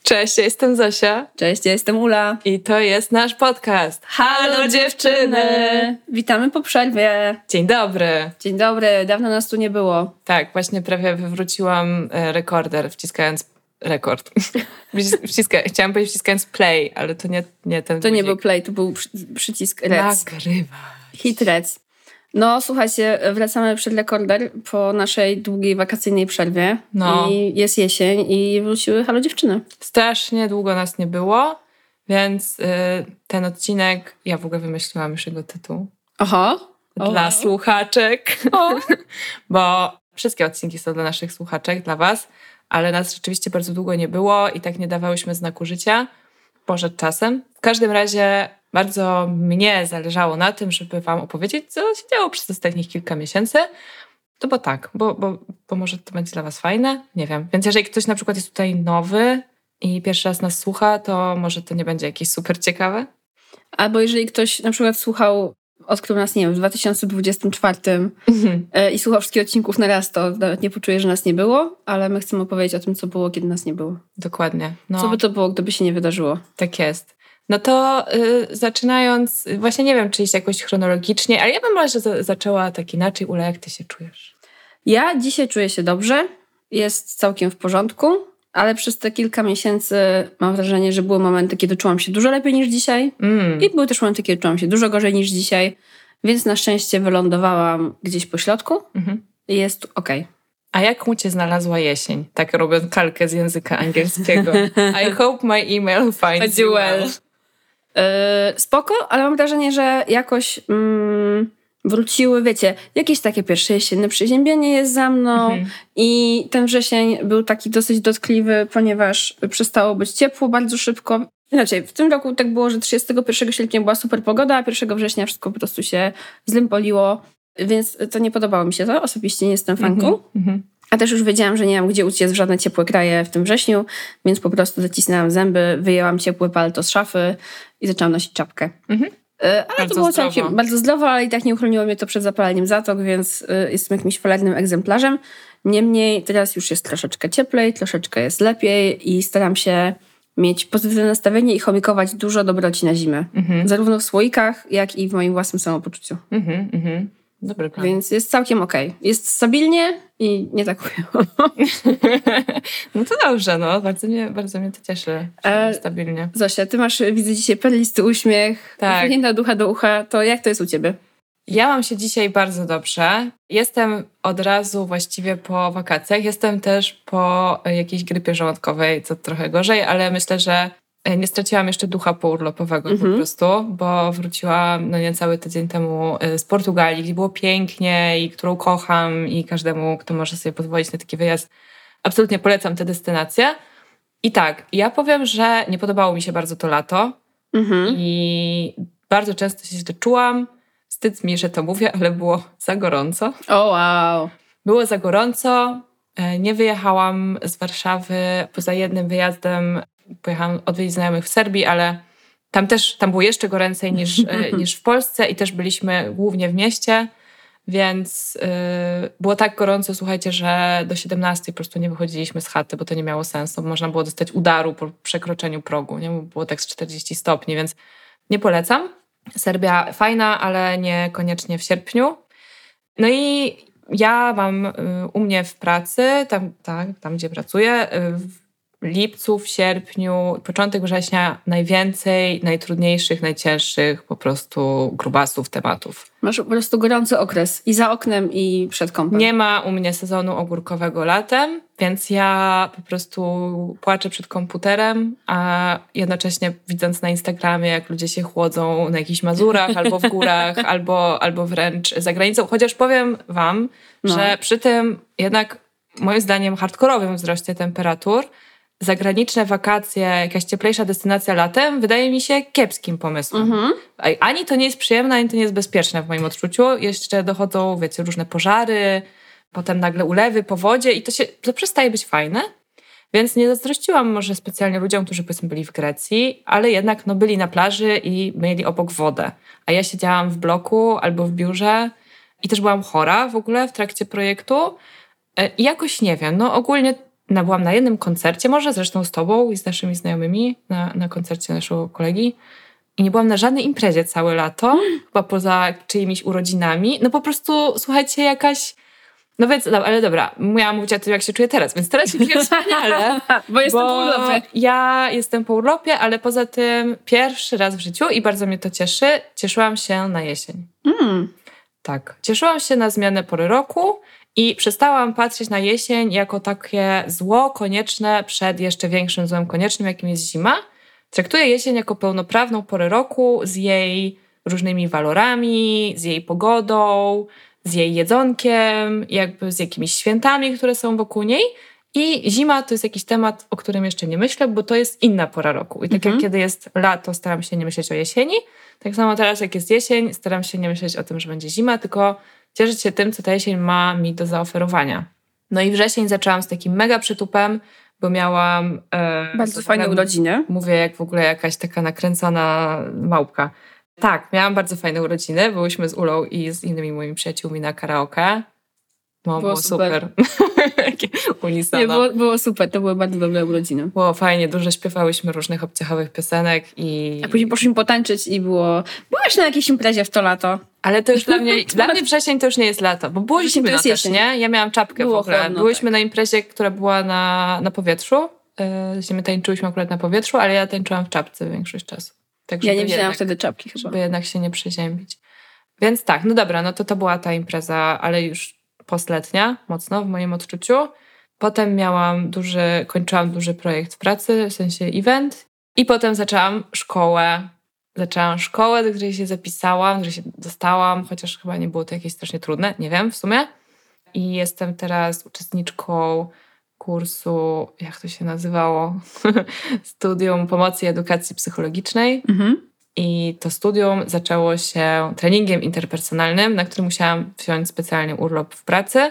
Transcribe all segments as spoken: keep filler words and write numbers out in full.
Cześć, ja jestem Zosia. Cześć, ja jestem Ula. I to jest nasz podcast. Halo dziewczyny! Witamy po przerwie. Dzień dobry. Dzień dobry, dawno nas tu nie było. Tak, właśnie prawie wywróciłam rekorder, wciskając rekord. Wciska, chciałam powiedzieć wciskając play, ale to nie, nie ten To guzik. nie był play, to był przy, przycisk rec. Nagrywać. Hit rec. No słuchajcie, wracamy przed rekorder po naszej długiej wakacyjnej przerwie. No. I jest jesień i wróciły Halo dziewczyny. Strasznie długo nas nie było, więc y, ten odcinek, ja w ogóle wymyśliłam już jego tytuł. Aha. Dla o. słuchaczek. O. Bo wszystkie odcinki są dla naszych słuchaczek, dla was, ale nas rzeczywiście bardzo długo nie było i tak nie dawałyśmy znaku życia. Poszedł czasem. W każdym razie bardzo mnie zależało na tym, żeby wam opowiedzieć, co się działo przez ostatnich kilka miesięcy. To bo tak, bo, bo, bo może to będzie dla was fajne, nie wiem. Więc jeżeli ktoś na przykład jest tutaj nowy i pierwszy raz nas słucha, to może to nie będzie jakieś super ciekawe. Albo jeżeli ktoś na przykład słuchał, odkrył nas, nie wiem, w dwa tysiące dwudziestym czwartym Mhm. i słuchał wszystkich odcinków na raz, to nawet nie poczuje, że nas nie było, ale my chcemy opowiedzieć o tym, co było, kiedy nas nie było. Dokładnie. No, Co by to było, gdyby się nie wydarzyło? tak jest. No to y, zaczynając, właśnie nie wiem, czy iść jakoś chronologicznie, ale ja bym może za- zaczęła tak inaczej. Ula, jak ty się czujesz? Ja dzisiaj czuję się dobrze, jest całkiem w porządku, ale przez te kilka miesięcy mam wrażenie, że były momenty, kiedy czułam się dużo lepiej niż dzisiaj Mm. i były też momenty, kiedy czułam się dużo gorzej niż dzisiaj, więc na szczęście wylądowałam gdzieś po środku Mhm. i jest okej. A jaką cię znalazła jesień? Tak robiąc kalkę z języka angielskiego. I hope my email finds you well. Yy, spoko, ale mam wrażenie, że jakoś mm, wróciły, wiecie, jakieś takie pierwsze jesienne przeziębienie jest za mną Mhm. i ten wrzesień był taki dosyć dotkliwy, ponieważ przestało być ciepło bardzo szybko. Inaczej, w tym roku tak było, że trzydziestego pierwszego sierpnia była super pogoda, a pierwszego września wszystko po prostu się zlympoliło, więc to nie podobało mi się to. Osobiście nie jestem fanką. Mhm. Mhm. A A też już wiedziałam, że nie mam gdzie uciec w żadne ciepłe kraje w tym wrześniu, więc po prostu zacisnęłam zęby, wyjęłam ciepłe palto z szafy i zaczęłam nosić czapkę. Mhm. Ale Bardzo to było zdrowo. całkiem bardzo zdrowo, ale i tak nie uchroniło mnie to przed zapaleniem zatok, więc y, jestem jakimś cholernym egzemplarzem. Niemniej teraz już jest troszeczkę cieplej, troszeczkę jest lepiej i staram się mieć pozytywne nastawienie i chomikować dużo dobroci na zimę. Mhm. Zarówno w słoikach, jak i w moim własnym samopoczuciu. Mhm. Mhm. Dobry plan. Więc jest całkiem okej. Jest stabilnie i nie tak chujowo. No to dobrze, no. Bardzo mnie, bardzo mnie to cieszy. E, Stabilnie. Zosia, ty masz, widzę dzisiaj perlisty uśmiech, Tak. uśmiechnięta od ucha do ucha. To jak to jest u ciebie? Ja mam się dzisiaj bardzo dobrze. Jestem od razu właściwie po wakacjach. Jestem też po jakiejś grypie żołądkowej, co trochę gorzej, ale myślę, że nie straciłam jeszcze ducha pourlopowego Mhm. po prostu, bo wróciłam no niecały tydzień temu z Portugalii, gdzie było pięknie i którą kocham i każdemu, kto może sobie pozwolić na taki wyjazd, absolutnie polecam tę destynację. I tak, ja powiem, że nie podobało mi się bardzo to lato Mhm. i bardzo często się źle czułam. Wstyd mi, że to mówię, ale było za gorąco. O wow. Było za gorąco. E, Nie wyjechałam z Warszawy poza jednym wyjazdem. Pojechałam odwiedzić znajomych w Serbii, ale tam też tam było jeszcze goręcej niż, e, niż w Polsce i też byliśmy głównie w mieście, więc e, było tak gorąco, słuchajcie, że do siedemnastej po prostu nie wychodziliśmy z chaty, bo to nie miało sensu. Można było dostać udaru po przekroczeniu progu. Nie? Było tak z czterdzieści stopni, więc nie polecam. Serbia fajna, ale niekoniecznie w sierpniu. No i ja mam y, u mnie w pracy, tam, tak, tam gdzie pracuję, y, w lipcu, w sierpniu, początek września najwięcej najtrudniejszych, najcięższych po prostu grubasów, tematów. Masz po prostu gorący okres i za oknem, i przed kąpem. Nie ma u mnie sezonu ogórkowego latem, więc ja po prostu płaczę przed komputerem, a jednocześnie widząc na Instagramie, jak ludzie się chłodzą na jakichś Mazurach, albo w górach, albo, albo wręcz za granicą. Chociaż powiem wam, No. że przy tym jednak moim zdaniem hardkorowym wzroście temperatur zagraniczne wakacje, jakaś cieplejsza destynacja latem wydaje mi się kiepskim pomysłem. Mhm. Ani to nie jest przyjemne, ani to nie jest bezpieczne w moim odczuciu. Jeszcze dochodzą, wiecie, różne pożary, potem nagle ulewy, powodzie i to się to przestaje być fajne. Więc nie zazdrościłam może specjalnie ludziom, którzy powiedzmy byli w Grecji, ale jednak no, byli na plaży i mieli obok wodę. A ja siedziałam w bloku albo w biurze i też byłam chora w ogóle w trakcie projektu. I jakoś nie wiem, no ogólnie no, byłam na jednym koncercie, może zresztą z tobą i z naszymi znajomymi, na, na koncercie naszego kolegi. I nie byłam na żadnej imprezie całe lato, chyba poza czyimiś urodzinami. No po prostu, słuchajcie, jakaś... No więc, no, ale dobra, miałam mówić o tym, jak się czuję teraz, więc teraz się czuję wspaniale. bo jestem bo po urlopie. Ja jestem po urlopie, ale poza tym pierwszy raz w życiu i bardzo mnie to cieszy, cieszyłam się na jesień. Mm. Tak, cieszyłam się na zmianę pory roku i przestałam patrzeć na jesień jako takie zło konieczne przed jeszcze większym złem koniecznym, jakim jest zima. Traktuję jesień jako pełnoprawną porę roku z jej różnymi walorami, z jej pogodą, z jej jedzonkiem, jakby z jakimiś świętami, które są wokół niej. I zima to jest jakiś temat, o którym jeszcze nie myślę, bo to jest inna pora roku. I tak mhm. jak kiedy jest lato, staram się nie myśleć o jesieni. Tak samo teraz, jak jest jesień, staram się nie myśleć o tym, że będzie zima, tylko cieszyć się tym, co ta jesień ma mi do zaoferowania. No i wrzesień zaczęłam z takim mega przytupem, bo miałam... E, Bardzo fajne urodziny. Mówię jak w ogóle jakaś taka nakręcona małpka. Tak, miałam bardzo fajne urodziny. Byłyśmy z Ulą i z innymi moimi przyjaciółmi na karaoke. No, było, było super. super. Nie, było, było super, to były bardzo dobre urodziny. Było fajnie, dużo śpiewałyśmy różnych obciachowych piosenek i... A później poszliśmy potańczyć i było... Byłaś na jakiejś imprezie w to lato. Ale to już dla mnie... dla mnie wrzesień to już nie jest lato, bo było zimno też, jesień. Nie? Ja miałam czapkę było w ogóle. Chłodno, Byłyśmy tak. na imprezie, która była na, na powietrzu. Yy, my tańczyłyśmy akurat na powietrzu, ale ja tańczyłam w czapce większość czasu. Tak, ja nie wzięłam wtedy czapki chyba. Żeby jednak się nie przeziębić. Więc tak, no dobra, no to to była ta impreza, ale już postletnia, mocno w moim odczuciu. Potem miałam duży, kończyłam duży projekt w pracy, w sensie event. I potem zaczęłam szkołę. Zaczęłam szkołę, do której się zapisałam, do której się dostałam, chociaż chyba nie było to jakieś strasznie trudne, nie wiem w sumie. I jestem teraz uczestniczką kursu, jak to się nazywało? Studium Pomocy i Edukacji Psychologicznej. Mhm. I to studium zaczęło się treningiem interpersonalnym, na który musiałam wziąć specjalnie urlop w pracy,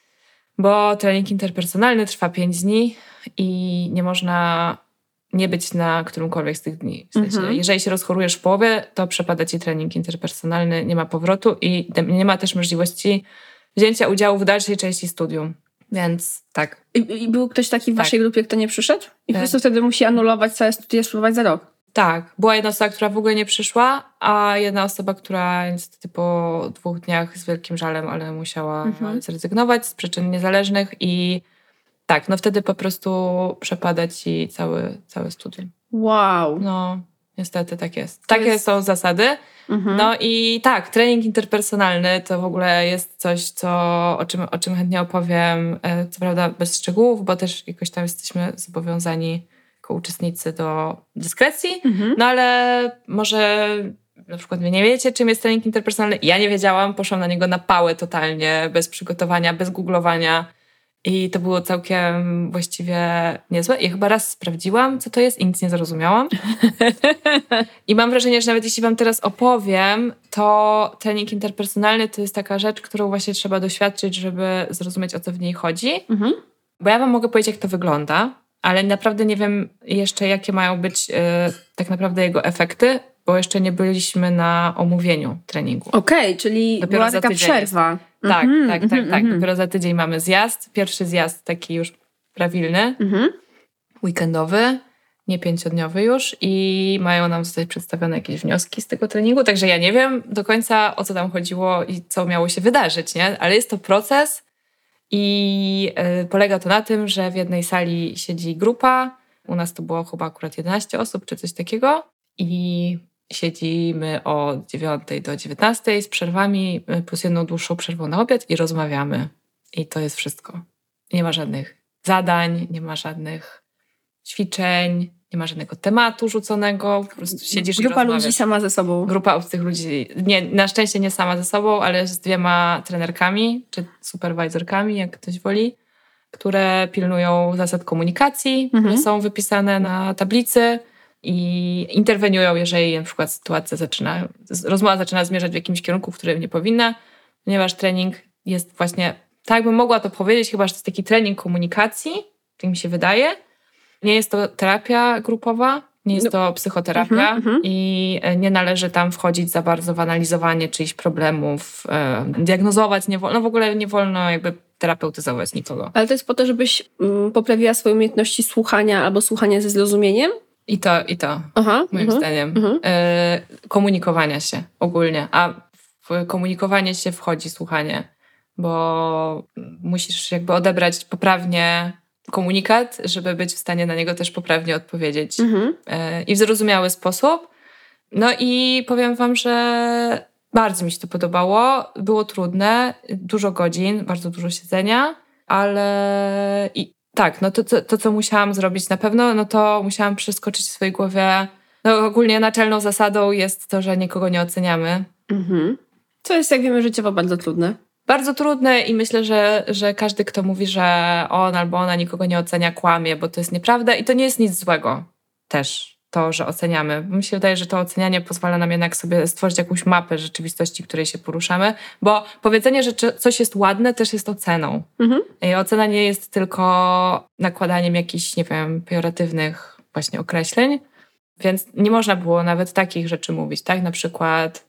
bo trening interpersonalny trwa pięć dni i nie można nie być na którymkolwiek z tych dni. W sensie, mhm. jeżeli się rozchorujesz w połowie, to przepada ci trening interpersonalny, nie ma powrotu i nie ma też możliwości wzięcia udziału w dalszej części studium. Więc tak. I, i był ktoś taki w tak. waszej grupie, kto nie przyszedł? I po prostu wtedy musi anulować całe studia i spróbować za rok? Tak. Była jedna osoba, która w ogóle nie przyszła, a jedna osoba, która niestety po dwóch dniach z wielkim żalem, ale musiała mhm. zrezygnować z przyczyn niezależnych i tak, no wtedy po prostu przepada ci cały, cały studium. Wow. No, niestety tak jest. Takie jest... są zasady. Mhm. No i tak, trening interpersonalny to w ogóle jest coś, co, o, czym, o czym chętnie opowiem, co prawda bez szczegółów, bo też jakoś tam jesteśmy zobowiązani jako uczestnicy do dyskrecji, mhm. no ale może na przykład wy nie wiecie, czym jest trening interpersonalny. Ja nie wiedziałam, poszłam na niego na pałę totalnie, bez przygotowania, bez googlowania. I to było całkiem właściwie niezłe. I chyba raz sprawdziłam, co to jest i nic nie zrozumiałam. I mam wrażenie, że nawet jeśli wam teraz opowiem, to trening interpersonalny to jest taka rzecz, którą właśnie trzeba doświadczyć, żeby zrozumieć, o co w niej chodzi. Mhm. Bo ja wam mogę powiedzieć, jak to wygląda, ale naprawdę nie wiem jeszcze, jakie mają być yy, tak naprawdę jego efekty, bo jeszcze nie byliśmy na omówieniu treningu. Okej, okay, czyli dopiero była taka przerwa. Jest. Tak, mm-hmm, tak, tak, mm-hmm, tak. Dopiero za tydzień mamy zjazd. Pierwszy zjazd taki już prawilny, mm-hmm. weekendowy, nie pięciodniowy już i mają nam zostać przedstawione jakieś wnioski z tego treningu, także ja nie wiem do końca, o co tam chodziło i co miało się wydarzyć, nie? Ale jest to proces i yy, polega to na tym, że w jednej sali siedzi grupa, u nas to było chyba akurat jedenaście osób czy coś takiego i siedzimy od dziewiątej do dziewiętnastej z przerwami plus jedną dłuższą przerwą na obiad i rozmawiamy. I to jest wszystko. Nie ma żadnych zadań, nie ma żadnych ćwiczeń, nie ma żadnego tematu rzuconego, po prostu siedzisz Grupa i rozmawiasz. Grupa ludzi sama ze sobą. Grupa obcych ludzi, nie, na szczęście nie sama ze sobą, ale z dwiema trenerkami, czy superwajzorkami, jak ktoś woli, które pilnują zasad komunikacji, mhm. które są wypisane na tablicy i interweniują, jeżeli na przykład sytuacja zaczyna, rozmowa zaczyna zmierzać w jakimś kierunku, w którym nie powinna, ponieważ trening jest właśnie, tak bym mogła to powiedzieć, chyba, że to jest taki trening komunikacji, tak mi się wydaje. Nie jest to terapia grupowa, nie jest to psychoterapia mm-hmm, i nie należy tam wchodzić za bardzo w analizowanie czyichś problemów, e, diagnozować nie wolno, no w ogóle nie wolno jakby terapeutyzować nikogo. Ale to jest po to, żebyś mm, poprawiła swoje umiejętności słuchania albo słuchania ze zrozumieniem? I to, i to, Aha, moim uh-huh, zdaniem. Uh-huh. E, komunikowania się ogólnie. A w komunikowanie się wchodzi słuchanie, bo musisz jakby odebrać poprawnie komunikat, żeby być w stanie na niego też poprawnie odpowiedzieć. Uh-huh. E, I w zrozumiały sposób. No i powiem wam, że bardzo mi się to podobało. Było trudne, dużo godzin, bardzo dużo siedzenia, ale i tak, no to, to, to, co musiałam zrobić na pewno, no to musiałam przeskoczyć w swojej głowie. No ogólnie naczelną zasadą jest to, że nikogo nie oceniamy. Mhm. Co jest, jak wiemy, życiowo bardzo trudne. Bardzo trudne i myślę, że, że każdy, kto mówi, że on albo ona nikogo nie ocenia, kłamie, bo to jest nieprawda i to nie jest nic złego też, to, że oceniamy. Mi się wydaje, że to ocenianie pozwala nam jednak sobie stworzyć jakąś mapę rzeczywistości, w której się poruszamy, bo powiedzenie, że coś jest ładne, też jest oceną. Mhm. I ocena nie jest tylko nakładaniem jakichś, nie wiem, pejoratywnych właśnie określeń, więc nie można było nawet takich rzeczy mówić, tak? Na przykład,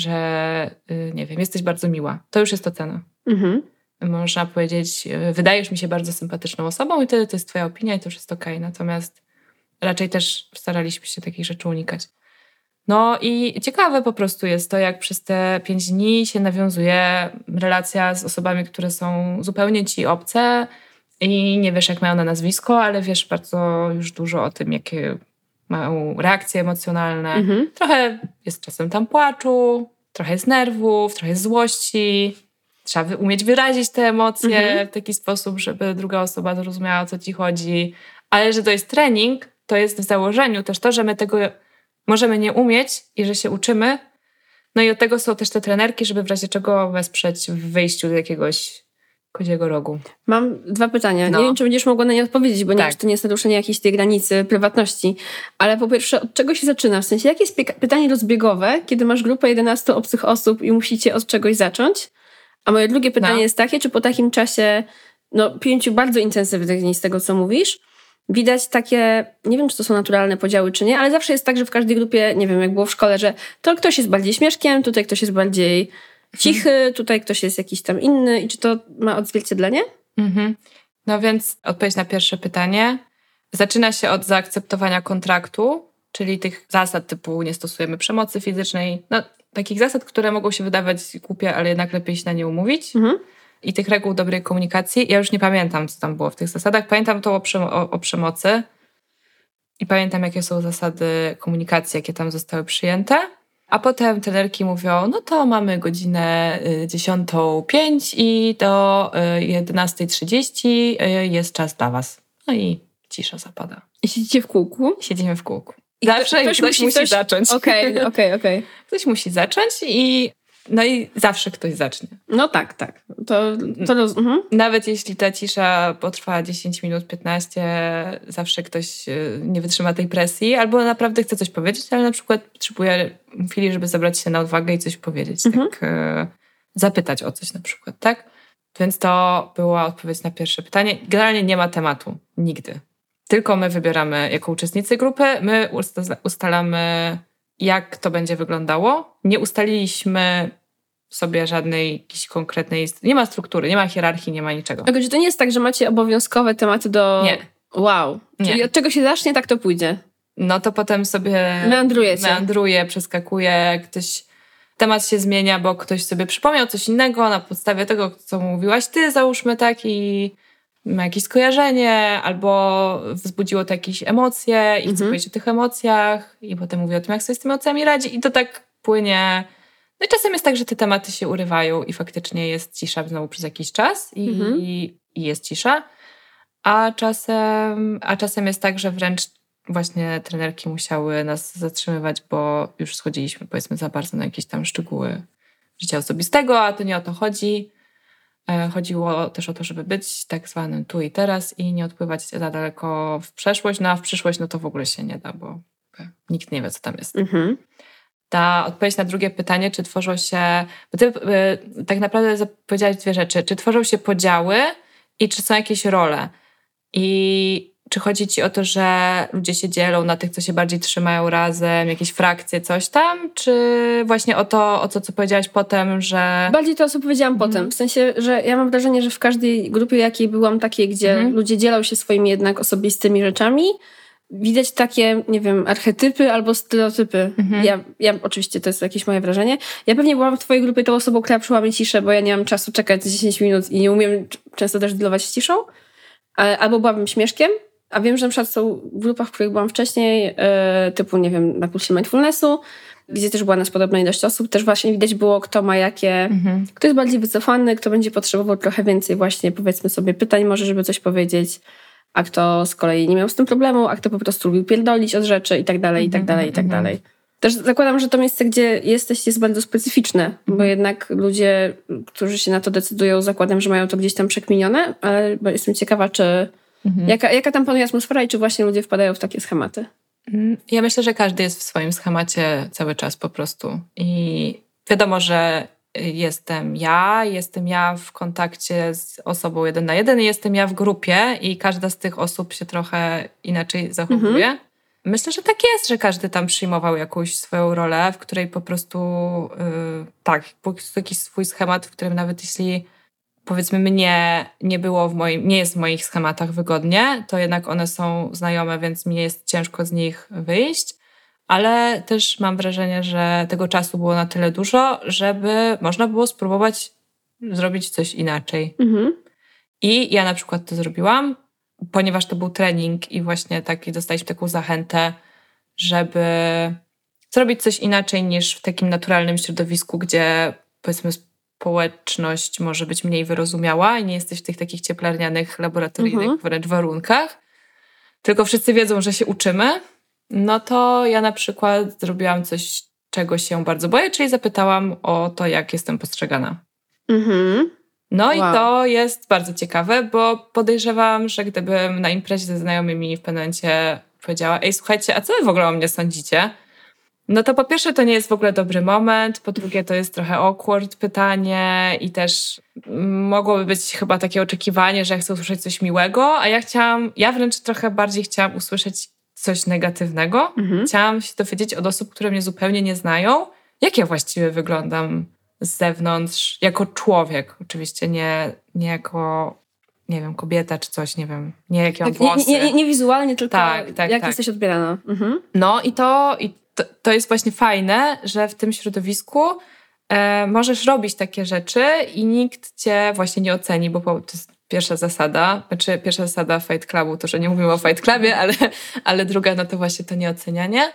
że nie wiem, jesteś bardzo miła. To już jest ocena. Mhm. Można powiedzieć, wydajesz mi się bardzo sympatyczną osobą i wtedy to jest twoja opinia i to już jest okej. Natomiast raczej też staraliśmy się takich rzeczy unikać. No i ciekawe po prostu jest to, jak przez te pięć dni się nawiązuje relacja z osobami, które są zupełnie ci obce i nie wiesz, jak mają na nazwisko, ale wiesz bardzo już dużo o tym, jakie mają reakcje emocjonalne. Mhm. Trochę jest czasem tam płaczu, trochę jest nerwów, trochę jest złości. Trzeba umieć wyrazić te emocje mhm. w taki sposób, żeby druga osoba zrozumiała, o co ci chodzi. Ale że to jest trening, to jest w założeniu też to, że my tego możemy nie umieć i że się uczymy. No i od tego są też te trenerki, żeby w razie czego wesprzeć w wyjściu do jakiegoś koziego rogu. Mam dwa pytania. No. Nie wiem, czy będziesz mogła na nie odpowiedzieć, bo nie tak. wiem, czy to nie jest naruszenie jakiejś tej granicy prywatności. Ale po pierwsze, od czego się zaczyna? W sensie, jakie jest pie- pytanie rozbiegowe, kiedy masz grupę jedenastu obcych osób i musicie od czegoś zacząć? A moje drugie pytanie no. jest takie, czy po takim czasie, no pięciu bardzo intensywnych dni z tego, co mówisz, widać takie, nie wiem, czy to są naturalne podziały, czy nie, ale zawsze jest tak, że w każdej grupie, nie wiem, jak było w szkole, że to ktoś jest bardziej śmieszkiem, tutaj ktoś jest bardziej cichy, hmm. tutaj ktoś jest jakiś tam inny i czy to ma odzwierciedlenie? Mhm. No więc odpowiedź na pierwsze pytanie. Zaczyna się od zaakceptowania kontraktu, czyli tych zasad typu nie stosujemy przemocy fizycznej, no takich zasad, które mogą się wydawać głupie, ale jednak lepiej się na nie umówić. Mhm. I tych reguł dobrej komunikacji. Ja już nie pamiętam, co tam było w tych zasadach. Pamiętam to o, przemo- o, o przemocy i pamiętam, jakie są zasady komunikacji, jakie tam zostały przyjęte. A potem trenerki mówią, no to mamy godzinę dziesiątą pięć i do jedenastej trzydzieści jest czas dla was. No i cisza zapada. I siedzicie w kółku? Siedzimy w kółku. I zawsze ktoś, ktoś musi, musi coś... zacząć. Okej, okej, okej. Ktoś musi zacząć i no i zawsze ktoś zacznie. No tak, tak. To, to roz... mhm. Nawet jeśli ta cisza potrwa dziesięć minut, piętnaście, zawsze ktoś nie wytrzyma tej presji albo naprawdę chce coś powiedzieć, ale na przykład potrzebuje chwili, żeby zebrać się na odwagę i coś powiedzieć. Mhm. Tak, e, zapytać o coś na przykład, tak? Więc to była odpowiedź na pierwsze pytanie. Generalnie nie ma tematu. Nigdy. Tylko my wybieramy jako uczestnicy grupy, my usta- ustalamy, jak to będzie wyglądało. Nie ustaliliśmy sobie żadnej jakiejś konkretnej... Nie ma struktury, nie ma hierarchii, nie ma niczego. Czy to nie jest tak, że macie obowiązkowe tematy do... Nie. Wow. Czyli nie. Od czego się zacznie, tak to pójdzie. No to potem sobie... Meandrujecie. Meandruje, przeskakuje, ktoś... Temat się zmienia, bo ktoś sobie przypomniał coś innego na podstawie tego, co mówiłaś ty, załóżmy, tak, i ma jakieś skojarzenie, albo wzbudziło to jakieś emocje i chce mhm. powiedzieć o tych emocjach i potem mówi o tym, jak sobie z tymi emocjami radzi i to tak płynie. No i czasem jest tak, że te tematy się urywają i faktycznie jest cisza znowu przez jakiś czas i, mhm. i jest cisza, a czasem, a czasem jest tak, że wręcz właśnie trenerki musiały nas zatrzymywać, bo już schodziliśmy powiedzmy za bardzo na jakieś tam szczegóły życia osobistego, a to nie o to chodzi. Chodziło też o to, żeby być tak zwanym tu i teraz i nie odpływać za daleko w przeszłość, no a w przyszłość no to w ogóle się nie da, bo nikt nie wie, co tam jest. Mhm. Ta odpowiedź na drugie pytanie, czy tworzą się... Bo ty y, tak naprawdę powiedziałaś dwie rzeczy. Czy tworzą się podziały i czy są jakieś role? I Czy chodzi ci o to, że ludzie się dzielą na tych, co się bardziej trzymają razem, jakieś frakcje, coś tam? Czy właśnie o to, o to co powiedziałaś potem, że... Bardziej to, co powiedziałam mhm. potem. W sensie, że ja mam wrażenie, że w każdej grupie, jakiej byłam, takiej, gdzie mhm. ludzie dzielą się swoimi jednak osobistymi rzeczami, widać takie, nie wiem, archetypy albo stereotypy. Mhm. Ja, ja oczywiście, to jest jakieś moje wrażenie. Ja pewnie byłam w twojej grupie tą osobą, która przyłamie ciszę, bo ja nie mam czasu czekać dziesięć minut i nie umiem często też dealować z ciszą. Albo byłabym śmieszkiem. A wiem, że na przykład są w grupach, w których byłam wcześniej, yy, typu, nie wiem, na kursie mindfulnessu, gdzie też była nas podobna ilość osób, też właśnie widać było, kto ma jakie, mhm. kto jest bardziej wycofany, kto będzie potrzebował trochę więcej właśnie, powiedzmy sobie, pytań może, żeby coś powiedzieć, a kto z kolei nie miał z tym problemu, a kto po prostu lubił pierdolić od rzeczy i tak dalej, i tak dalej, i tak dalej. Też zakładam, że to miejsce, gdzie jesteś, jest bardzo specyficzne, mhm. bo jednak ludzie, którzy się na to decydują, zakładam, że mają to gdzieś tam przekminione, ale jestem ciekawa, czy Mhm. Jaka, jaka tam panuje atmosfera i czy właśnie ludzie wpadają w takie schematy? Ja myślę, że każdy jest w swoim schemacie cały czas po prostu. I wiadomo, że jestem ja, jestem ja w kontakcie z osobą jeden na jeden i jestem ja w grupie i każda z tych osób się trochę inaczej zachowuje. Mhm. Myślę, że tak jest, że każdy tam przyjmował jakąś swoją rolę, w której po prostu yy, tak, był jakiś swój schemat, w którym nawet jeśli powiedzmy mnie nie było w moim, nie jest w moich schematach wygodnie, to jednak one są znajome, więc mi jest ciężko z nich wyjść, ale też mam wrażenie, że tego czasu było na tyle dużo, żeby można było spróbować zrobić coś inaczej. Mhm. I ja na przykład to zrobiłam, ponieważ to był trening i właśnie taki dostaliśmy taką zachętę, żeby zrobić coś inaczej niż w takim naturalnym środowisku, gdzie powiedzmy społeczność może być mniej wyrozumiała i nie jesteś w tych takich cieplarnianych, laboratoryjnych mhm. wręcz warunkach, tylko wszyscy wiedzą, że się uczymy, no to ja na przykład zrobiłam coś, czego się bardzo boję, czyli zapytałam o to, jak jestem postrzegana. Mhm. No wow. I to jest bardzo ciekawe, bo podejrzewam, że gdybym na imprezie ze znajomymi w pewnym momencie powiedziała: ej, słuchajcie, a co wy w ogóle o mnie sądzicie? No to po pierwsze to nie jest w ogóle dobry moment, po drugie to jest trochę awkward pytanie i też mogłoby być chyba takie oczekiwanie, że ja chcę usłyszeć coś miłego, a ja chciałam, ja wręcz trochę bardziej chciałam usłyszeć coś negatywnego. Mhm. Chciałam się dowiedzieć od osób, które mnie zupełnie nie znają, jak ja właściwie wyglądam z zewnątrz, jako człowiek oczywiście, nie, nie jako, nie wiem, kobieta czy coś, nie wiem, nie jakie mam tak, włosy. Nie, nie, nie wizualnie, tylko tak, tak, jak tak. jesteś odbierana. Mhm. No i to... I To, to jest właśnie fajne, że w tym środowisku e, możesz robić takie rzeczy i nikt cię właśnie nie oceni, bo to jest pierwsza zasada. Znaczy pierwsza zasada Fight Clubu, to, że nie mówimy o Fight Clubie, ale, ale druga, no to właśnie to nieocenianie.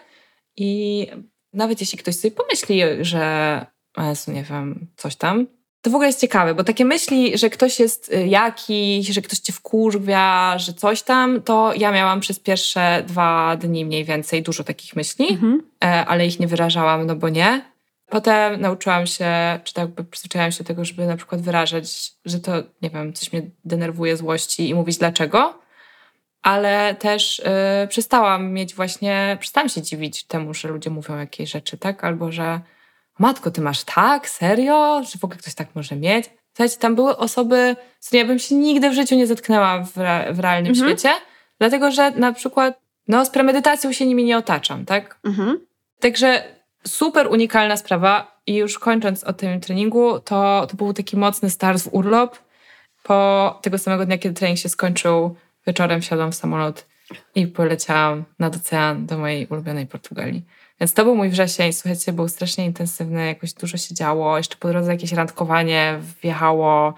I nawet jeśli ktoś sobie pomyśli, że Jezu, nie wiem, coś tam, to w ogóle jest ciekawe, bo takie myśli, że ktoś jest jakiś, że ktoś cię wkurwia, że coś tam, to ja miałam przez pierwsze dwa dni mniej więcej dużo takich myśli, mhm. ale ich nie wyrażałam, no bo nie. Potem nauczyłam się, czy tak jakby przyzwyczaiłam się do tego, żeby na przykład wyrażać, że to, nie wiem, coś mnie denerwuje, złości i mówić dlaczego, ale też yy, przestałam mieć właśnie, przestałam się dziwić temu, że ludzie mówią jakieś rzeczy, tak? Albo że matko, ty masz tak? Serio? Że w ogóle ktoś tak może mieć? Słuchajcie, tam były osoby, z którymi ja bym się nigdy w życiu nie zetknęła w, re, w realnym mhm. świecie, dlatego że na przykład no, z premedytacją się nimi nie otaczam, tak? Mhm. Także super unikalna sprawa i już kończąc o tym treningu, to, to był taki mocny start w urlop. Po tego samego dnia, kiedy trening się skończył, wieczorem wsiadłam w samolot i poleciałam nad ocean do mojej ulubionej Portugalii. Więc to był mój wrzesień, słuchajcie, był strasznie intensywny, jakoś dużo się działo, jeszcze po drodze jakieś randkowanie wjechało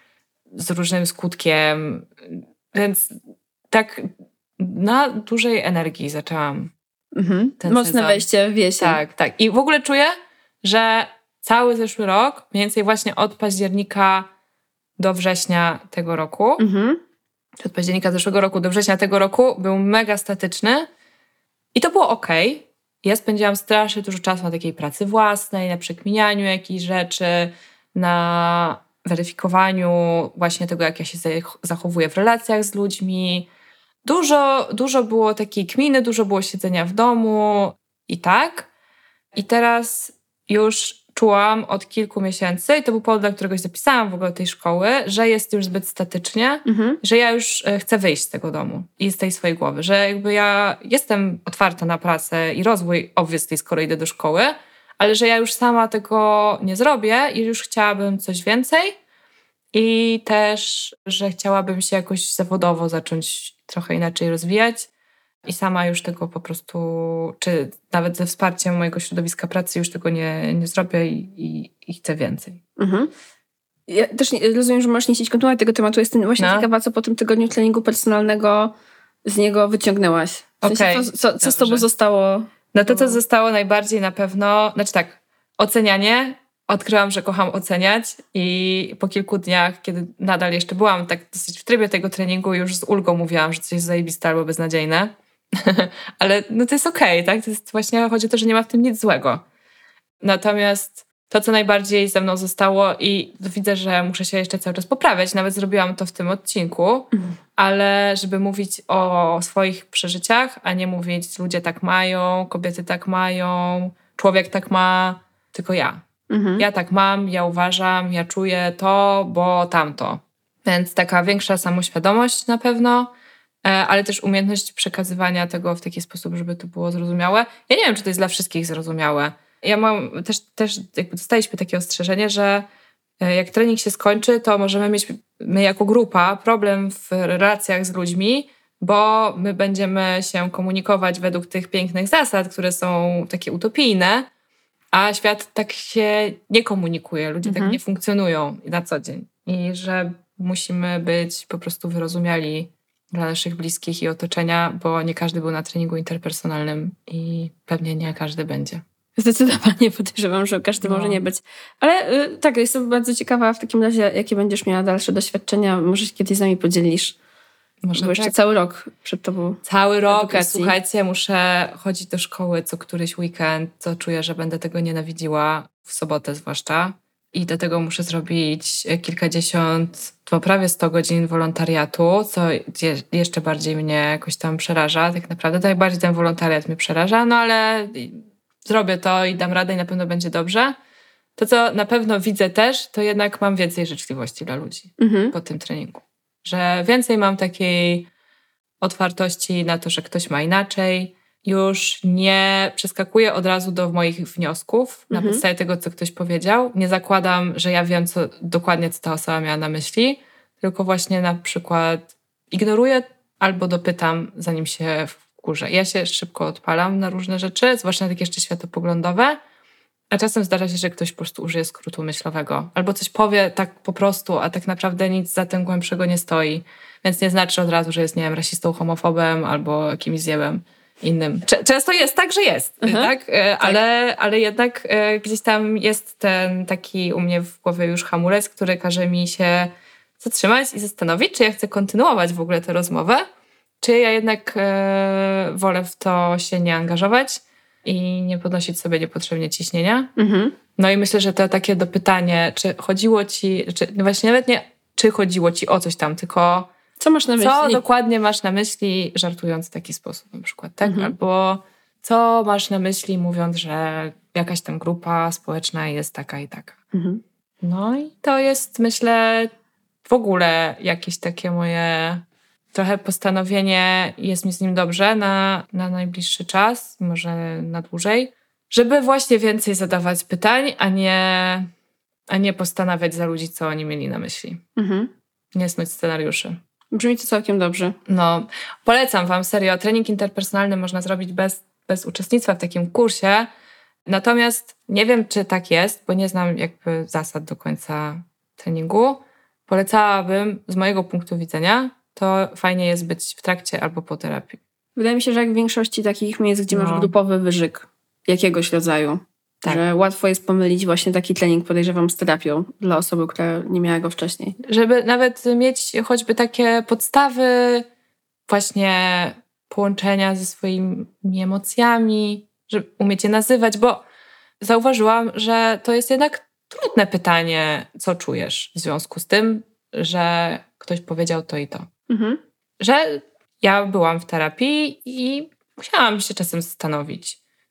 z różnym skutkiem, więc tak na dużej energii zaczęłam mhm. ten Mocne sezon. wejście w jesień. Tak, tak. I w ogóle czuję, że cały zeszły rok, mniej więcej właśnie od października do września tego roku, mhm. od października zeszłego roku do września tego roku był mega statyczny i to było okej. Okay. Ja spędziłam strasznie dużo czasu na takiej pracy własnej, na przekminianiu jakichś rzeczy, na weryfikowaniu właśnie tego, jak ja się zachowuję w relacjach z ludźmi. Dużo, dużo było takiej kminy, dużo było siedzenia w domu i tak. I teraz już czułam od kilku miesięcy, i to był powód, dla którego się zapisałam w ogóle do tej szkoły, że jest już zbyt statycznie, mhm. że ja już chcę wyjść z tego domu i z tej swojej głowy, że jakby ja jestem otwarta na pracę i rozwój, obviously, skoro idę do szkoły, ale że ja już sama tego nie zrobię i już chciałabym coś więcej i też, że chciałabym się jakoś zawodowo zacząć trochę inaczej rozwijać i sama już tego po prostu, czy nawet ze wsparciem mojego środowiska pracy już tego nie, nie zrobię i, i, i chcę więcej. Mhm. Ja też nie, rozumiem, że możesz nie chcieć kontynuować tego tematu. Jestem właśnie no. ciekawa, co po tym tygodniu treningu personalnego z niego wyciągnęłaś. W sensie, okay. co, co, co z tobą zostało? No to, co zostało najbardziej na pewno, znaczy tak, ocenianie. Odkryłam, że kocham oceniać i po kilku dniach, kiedy nadal jeszcze byłam tak dosyć w trybie tego treningu, już z ulgą mówiłam, że coś jest zajebiste albo beznadziejne. Ale no to jest okej, okay, tak? To jest właśnie, chodzi o to, że nie ma w tym nic złego. Natomiast to, co najbardziej ze mną zostało i widzę, że muszę się jeszcze cały czas poprawiać, nawet zrobiłam to w tym odcinku, mhm. ale żeby mówić o swoich przeżyciach, a nie mówić ludzie tak mają, kobiety tak mają, człowiek tak ma, tylko ja. Mhm. Ja tak mam, ja uważam, ja czuję to, bo tamto. Więc taka większa samoświadomość na pewno, ale też umiejętność przekazywania tego w taki sposób, żeby to było zrozumiałe. Ja nie wiem, czy to jest dla wszystkich zrozumiałe. Ja mam też, też jakby dostaliśmy takie ostrzeżenie, że jak trening się skończy, to możemy mieć my jako grupa problem w relacjach z ludźmi, bo my będziemy się komunikować według tych pięknych zasad, które są takie utopijne, a świat tak się nie komunikuje, ludzie mhm. tak nie funkcjonują na co dzień. I że musimy być po prostu wyrozumiali dla naszych bliskich i otoczenia, bo nie każdy był na treningu interpersonalnym i pewnie nie każdy będzie. Zdecydowanie podejrzewam, że każdy no. może nie być. Ale y, tak, jestem bardzo ciekawa w takim razie, jakie będziesz miała dalsze doświadczenia. Może się kiedyś z nami podzielisz. Może bo jeszcze tak. cały rok przed tobą. Cały rok. Edukacji. Słuchajcie, muszę chodzić do szkoły co któryś weekend, co czuję, że będę tego nienawidziła, w sobotę zwłaszcza. I do tego muszę zrobić kilkadziesiąt, to prawie sto godzin wolontariatu, co je, jeszcze bardziej mnie jakoś tam przeraża. Tak naprawdę najbardziej ten wolontariat mnie przeraża, no ale zrobię to i dam radę i na pewno będzie dobrze. To, co na pewno widzę też, to jednak mam więcej życzliwości dla ludzi mhm. po tym treningu. Że więcej mam takiej otwartości na to, że ktoś ma inaczej. Już nie przeskakuję od razu do moich wniosków na mhm. podstawie tego, co ktoś powiedział. Nie zakładam, że ja wiem co, dokładnie, co ta osoba miała na myśli, tylko właśnie na przykład ignoruję albo dopytam, zanim się wkurzę. Ja się szybko odpalam na różne rzeczy, zwłaszcza na takie jeszcze światopoglądowe, a czasem zdarza się, że ktoś po prostu użyje skrótu myślowego albo coś powie tak po prostu, a tak naprawdę nic za tym głębszego nie stoi. Więc nie znaczy od razu, że jest, nie wiem, rasistą, homofobem albo jakimś zjebem innym. Często jest tak, że jest, uh-huh. tak? Ale, tak. ale jednak gdzieś tam jest ten taki u mnie w głowie już hamulec, który każe mi się zatrzymać i zastanowić, czy ja chcę kontynuować w ogóle tę rozmowę, czy ja jednak e, wolę w to się nie angażować i nie podnosić sobie niepotrzebnie ciśnienia. Uh-huh. No i myślę, że to takie dopytanie, czy chodziło ci, czy no właśnie nawet nie, czy chodziło ci o coś tam, tylko co masz na myśli? Co dokładnie masz na myśli, żartując w taki sposób na przykład, tak? Mhm. Albo co masz na myśli, mówiąc, że jakaś tam grupa społeczna jest taka i taka. Mhm. No i to jest, myślę, w ogóle jakieś takie moje trochę postanowienie, jest mi z nim dobrze na, na najbliższy czas, może na dłużej, żeby właśnie więcej zadawać pytań, a nie, a nie postanawiać za ludzi, co oni mieli na myśli. Mhm. Nie snuć scenariuszy. Brzmi to całkiem dobrze. No, polecam wam, serio. Trening interpersonalny można zrobić bez, bez uczestnictwa w takim kursie. Natomiast nie wiem, czy tak jest, bo nie znam jakby zasad do końca treningu. Polecałabym, z mojego punktu widzenia, to fajnie jest być w trakcie albo po terapii. Wydaje mi się, że jak w większości takich miejsc, gdzie no. masz grupowy wyżyk jakiegoś rodzaju, tak. że łatwo jest pomylić właśnie taki trening, podejrzewam, z terapią dla osoby, która nie miała go wcześniej. Żeby nawet mieć choćby takie podstawy właśnie połączenia ze swoimi emocjami, żeby umieć je nazywać, bo zauważyłam, że to jest jednak trudne pytanie, co czujesz w związku z tym, że ktoś powiedział to i to. Mhm. Że ja byłam w terapii i musiałam się czasem zastanowić,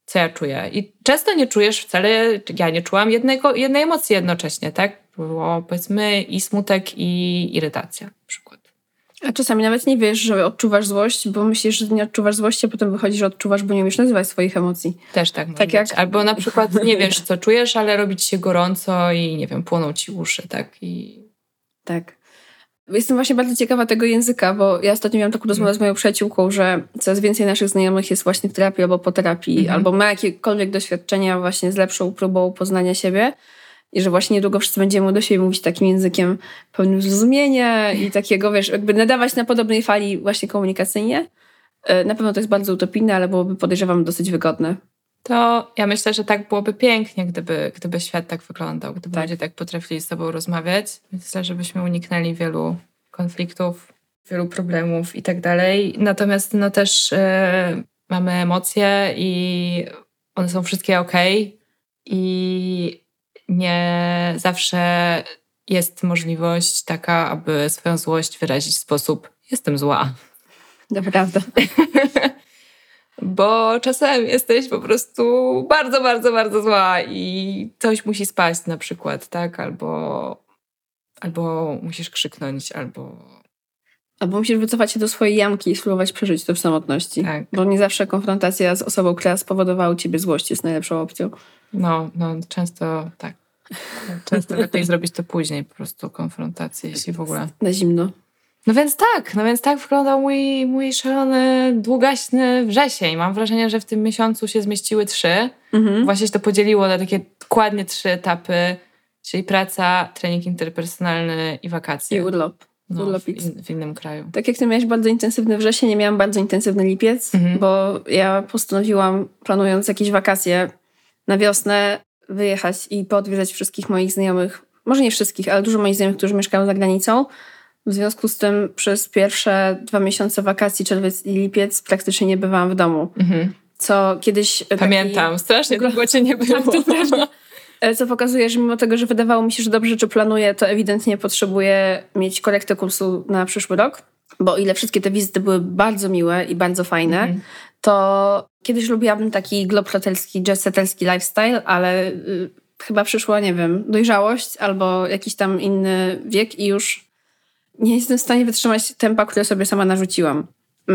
co ja czuję. I często nie czujesz wcale, ja nie czułam jednego, jednej emocji jednocześnie, tak? Było powiedzmy i smutek, i irytacja na przykład. A czasami nawet nie wiesz, że odczuwasz złość, bo myślisz, że nie odczuwasz złości, a potem wychodzi, że odczuwasz, bo nie umiesz nazywać swoich emocji. Też tak może tak być. jak... Albo na przykład nie wiesz, co czujesz, ale robi ci się gorąco i nie wiem, płoną ci uszy, tak? I... Tak. Jestem właśnie bardzo ciekawa tego języka, bo ja ostatnio miałam taką rozmowę z moją przyjaciółką, że coraz więcej naszych znajomych jest właśnie w terapii albo po terapii, mhm. albo ma jakiekolwiek doświadczenia właśnie z lepszą próbą poznania siebie i że właśnie niedługo wszyscy będziemy do siebie mówić takim językiem pełnym zrozumienia i takiego, wiesz, jakby nadawać na podobnej fali właśnie komunikacyjnie. Na pewno to jest bardzo utopijne, ale byłoby, podejrzewam, dosyć wygodne. To ja myślę, że tak byłoby pięknie, gdyby, gdyby świat tak wyglądał, gdyby tak. ludzie tak potrafili z sobą rozmawiać. Myślę, że byśmy uniknęli wielu konfliktów, wielu problemów i tak dalej. Natomiast no też yy, mamy emocje i one są wszystkie okej i nie zawsze jest możliwość taka, aby swoją złość wyrazić w sposób jestem zła. Naprawdę. Bo czasem jesteś po prostu bardzo, bardzo, bardzo zła i coś musi spaść na przykład, tak? Albo, albo musisz krzyknąć, albo... Albo musisz wycofać się do swojej jamki i spróbować przeżyć to w samotności. Tak. Bo nie zawsze konfrontacja z osobą, która spowodowała u ciebie złość, jest najlepszą opcją. No, no często tak. Często lepiej zrobić to później, po prostu konfrontację, jeśli w ogóle... Na zimno. No więc tak, no więc tak wyglądał mój, mój szalony, długaśny wrzesień. Mam wrażenie, że w tym miesiącu się zmieściły trzy. Mhm. Właśnie się to podzieliło na takie dokładnie trzy etapy, czyli praca, trening interpersonalny i wakacje. I urlop. No, w, in, w innym kraju. Tak jak ty miałeś bardzo intensywny wrzesień, ja miałam bardzo intensywny lipiec, mhm. bo ja postanowiłam, planując jakieś wakacje na wiosnę, wyjechać i poodwiedzać wszystkich moich znajomych. Może nie wszystkich, ale dużo moich znajomych, którzy mieszkają za granicą. W związku z tym przez pierwsze dwa miesiące wakacji, czerwiec i lipiec, praktycznie nie bywałam w domu. Mhm. Co kiedyś... Pamiętam, taki... strasznie długo cię nie było. Tak, to prawda. Co pokazuje, że mimo tego, że wydawało mi się, że dobrze rzeczy planuję, to ewidentnie potrzebuję mieć korektę kursu na przyszły rok. Bo o ile wszystkie te wizyty były bardzo miłe i bardzo fajne, mhm. to kiedyś lubiłabym taki globetrotterski, jet-setterski lifestyle, ale y, chyba przyszła, nie wiem, dojrzałość albo jakiś tam inny wiek i już nie jestem w stanie wytrzymać tempa, które sobie sama narzuciłam.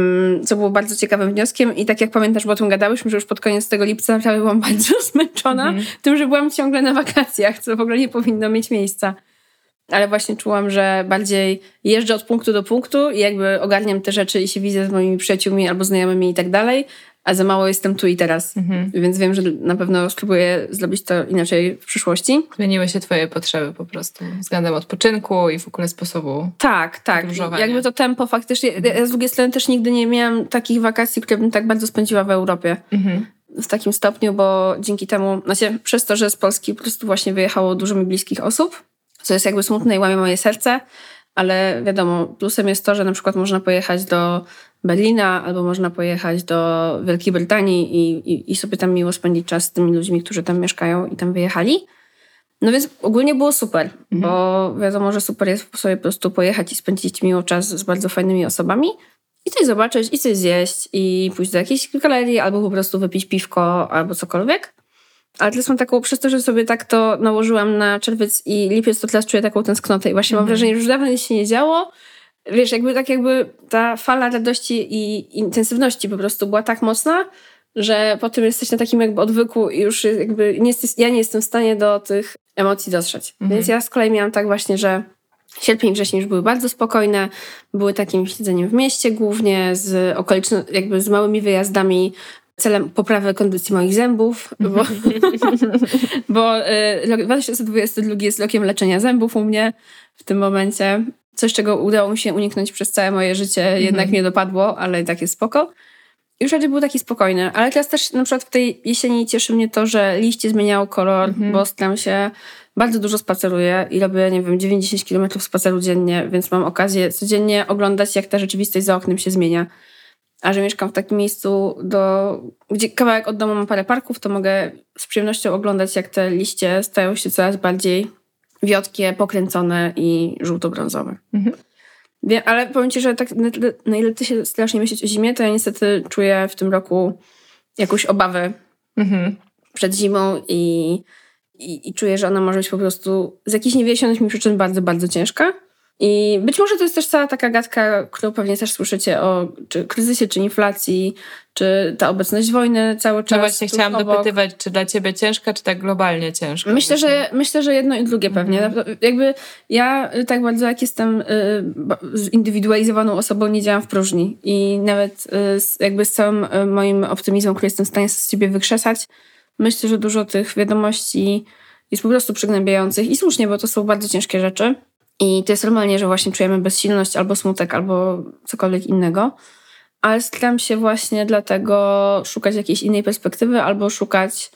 Co było bardzo ciekawym wnioskiem i tak jak pamiętasz, bo o tym gadałyśmy, że już pod koniec tego lipca naprawdę byłam bardzo zmęczona mm-hmm. tym, że byłam ciągle na wakacjach, co w ogóle nie powinno mieć miejsca. Ale właśnie czułam, że bardziej jeżdżę od punktu do punktu i jakby ogarniam te rzeczy i się widzę z moimi przyjaciółmi albo znajomymi i tak dalej, a za mało jestem tu i teraz. Mm-hmm. Więc wiem, że na pewno spróbuję zrobić to inaczej w przyszłości. Zmieniły się twoje potrzeby po prostu względem odpoczynku i w ogóle sposobu Tak, tak. Jakby to tempo faktycznie... Mm-hmm. Ja z drugiej strony też nigdy nie miałam takich wakacji, które bym tak bardzo spędziła w Europie. Mm-hmm. W takim stopniu, bo dzięki temu... Znaczy, przez to, że z Polski po prostu właśnie wyjechało dużo mi bliskich osób, co jest jakby smutne i łamie moje serce, ale wiadomo, plusem jest to, że na przykład można pojechać do Berlina albo można pojechać do Wielkiej Brytanii i, i, i sobie tam miło spędzić czas z tymi ludźmi, którzy tam mieszkają i tam wyjechali. No więc ogólnie było super, mhm. bo wiadomo, że super jest sobie po prostu pojechać i spędzić miło czas z bardzo fajnymi osobami i coś zobaczyć, i coś zjeść, i pójść do jakiejś galerii, albo po prostu wypić piwko, albo cokolwiek. Ale teraz mam taką, przez to, że sobie tak to nałożyłam na czerwiec i lipiec, to teraz czuję taką tęsknotę i właśnie mm. mam wrażenie, że już dawno nic się nie działo. Wiesz, jakby tak jakby ta fala radości i intensywności po prostu była tak mocna, że potem jesteś na takim jakby odwyku i już jakby nie jesteś, ja nie jestem w stanie do tych emocji dotrzeć. Mm. Więc ja z kolei miałam tak właśnie, że sierpień i wrzesień już były bardzo spokojne, były takim siedzeniem w mieście głównie, z okoliczno, jakby z małymi wyjazdami, celem poprawy kondycji moich zębów, bo, bo y, dwa tysiące dwudziesty drugi jest rokiem leczenia zębów u mnie w tym momencie. Coś, czego udało mi się uniknąć przez całe moje życie, mm-hmm. jednak mnie dopadło, ale i tak jest spoko. I już raczej był taki spokojny. Ale teraz też na przykład w tej jesieni cieszy mnie to, że liście zmieniało kolor, mm-hmm. bo staram się, bardzo dużo spaceruję i robię, nie wiem, dziewięć do dziesięciu kilometrów spaceru dziennie, więc mam okazję codziennie oglądać, jak ta rzeczywistość za oknem się zmienia. A że mieszkam w takim miejscu, do, gdzie kawałek od domu mam parę parków, to mogę z przyjemnością oglądać, jak te liście stają się coraz bardziej wiotkie, pokręcone i żółto-brązowe. Mhm. Wiem, ale powiem ci, że tak na ile ty się strasznie myślisz o zimie, to ja niestety czuję w tym roku jakąś obawę mhm. przed zimą i, i, i czuję, że ona może być po prostu z jakichś niewyjaśnionych mi przyczyn bardzo, bardzo ciężka. I być może to jest też cała taka gadka, którą pewnie też słyszycie o czy kryzysie, czy inflacji, czy ta obecność wojny cały czas. No właśnie chciałam obok. dopytywać, czy dla ciebie ciężka, czy tak globalnie ciężka? Myślę, że, myślę, że jedno i drugie pewnie. Mhm. Jakby ja tak bardzo jak jestem y, zindywidualizowaną osobą, nie działam w próżni. I nawet y, jakby z całym y, moim optymizmem, który jestem w stanie z siebie wykrzesać, myślę, że dużo tych wiadomości jest po prostu przygnębiających. I słusznie, bo to są bardzo ciężkie rzeczy. I to jest normalnie, że właśnie czujemy bezsilność albo smutek, albo cokolwiek innego. Ale staram się właśnie dlatego szukać jakiejś innej perspektywy albo szukać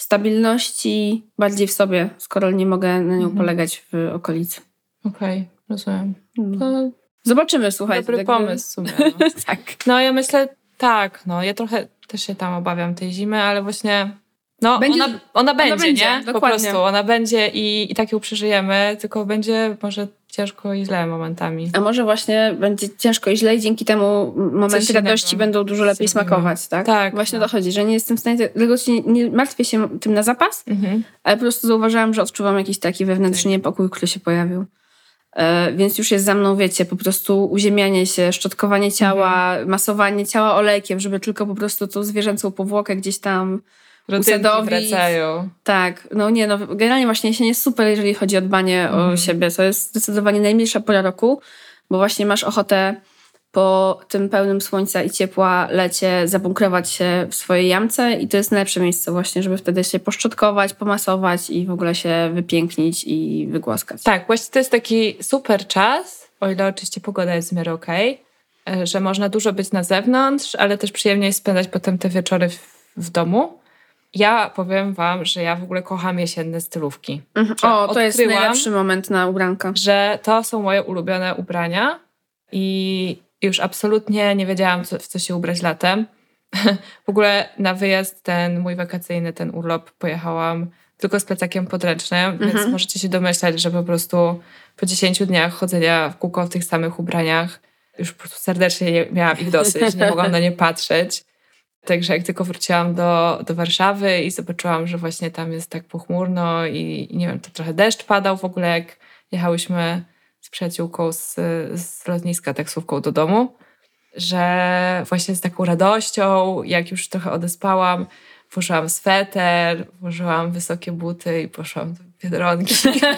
stabilności bardziej w sobie, skoro nie mogę na nią mhm. polegać w okolicy. Okej, okay, rozumiem. To zobaczymy, słuchajcie. Dobry tak pomysł w sumie. No. tak. No ja myślę, tak, no ja trochę też się tam obawiam tej zimy, ale właśnie no będzie, ona, ona będzie, ona będzie nie? Dokładnie. Po prostu ona będzie i, i tak ją przeżyjemy, tylko będzie może ciężko i źle momentami. A może właśnie będzie ciężko i źle i dzięki temu momenty radości będą dużo lepiej smakować, tak? Tak. Właśnie no. dochodzi, że nie jestem w stanie, tego nie, nie martwię się tym na zapas, mhm. ale po prostu zauważyłam, że odczuwam jakiś taki wewnętrzny tak. niepokój, który się pojawił. E, więc już jest za mną, wiecie, po prostu uziemianie się, szczotkowanie ciała, mhm. masowanie ciała olejkiem, żeby tylko po prostu tą zwierzęcą powłokę gdzieś tam Rutynki wracają. Tak, no nie, no generalnie właśnie jesień jest super, jeżeli chodzi o dbanie mm. o siebie. To jest zdecydowanie najmilsza pora roku, bo właśnie masz ochotę po tym pełnym słońca i ciepła lecie zabunkrować się w swojej jamce i to jest najlepsze miejsce właśnie, żeby wtedy się poszczotkować, pomasować i w ogóle się wypięknić i wygłaskać. Tak, właśnie to jest taki super czas, o ile oczywiście pogoda jest w miarę okej, okay, że można dużo być na zewnątrz, ale też przyjemnie jest spędzać potem te wieczory w, w domu. Ja powiem wam, że ja w ogóle kocham jesienne stylówki. Mhm. O, to jest najlepszy moment na ubranka. Że to są moje ulubione ubrania i już absolutnie nie wiedziałam, co, w co się ubrać latem. W ogóle na wyjazd ten mój wakacyjny, ten urlop pojechałam tylko z plecakiem podręcznym, mhm. więc możecie się domyślać, że po prostu po dziesięciu dniach chodzenia w kółko w tych samych ubraniach już po prostu serdecznie nie, miałam ich dosyć, nie mogłam na nie patrzeć. Także jak tylko wróciłam do, do Warszawy i zobaczyłam, że właśnie tam jest tak pochmurno i, i nie wiem, to trochę deszcz padał w ogóle, jak jechałyśmy z przyjaciółką z, z lotniska taksówką do domu, że właśnie z taką radością, jak już trochę odespałam, włożyłam sweter, włożyłam wysokie buty i poszłam do Biedronki.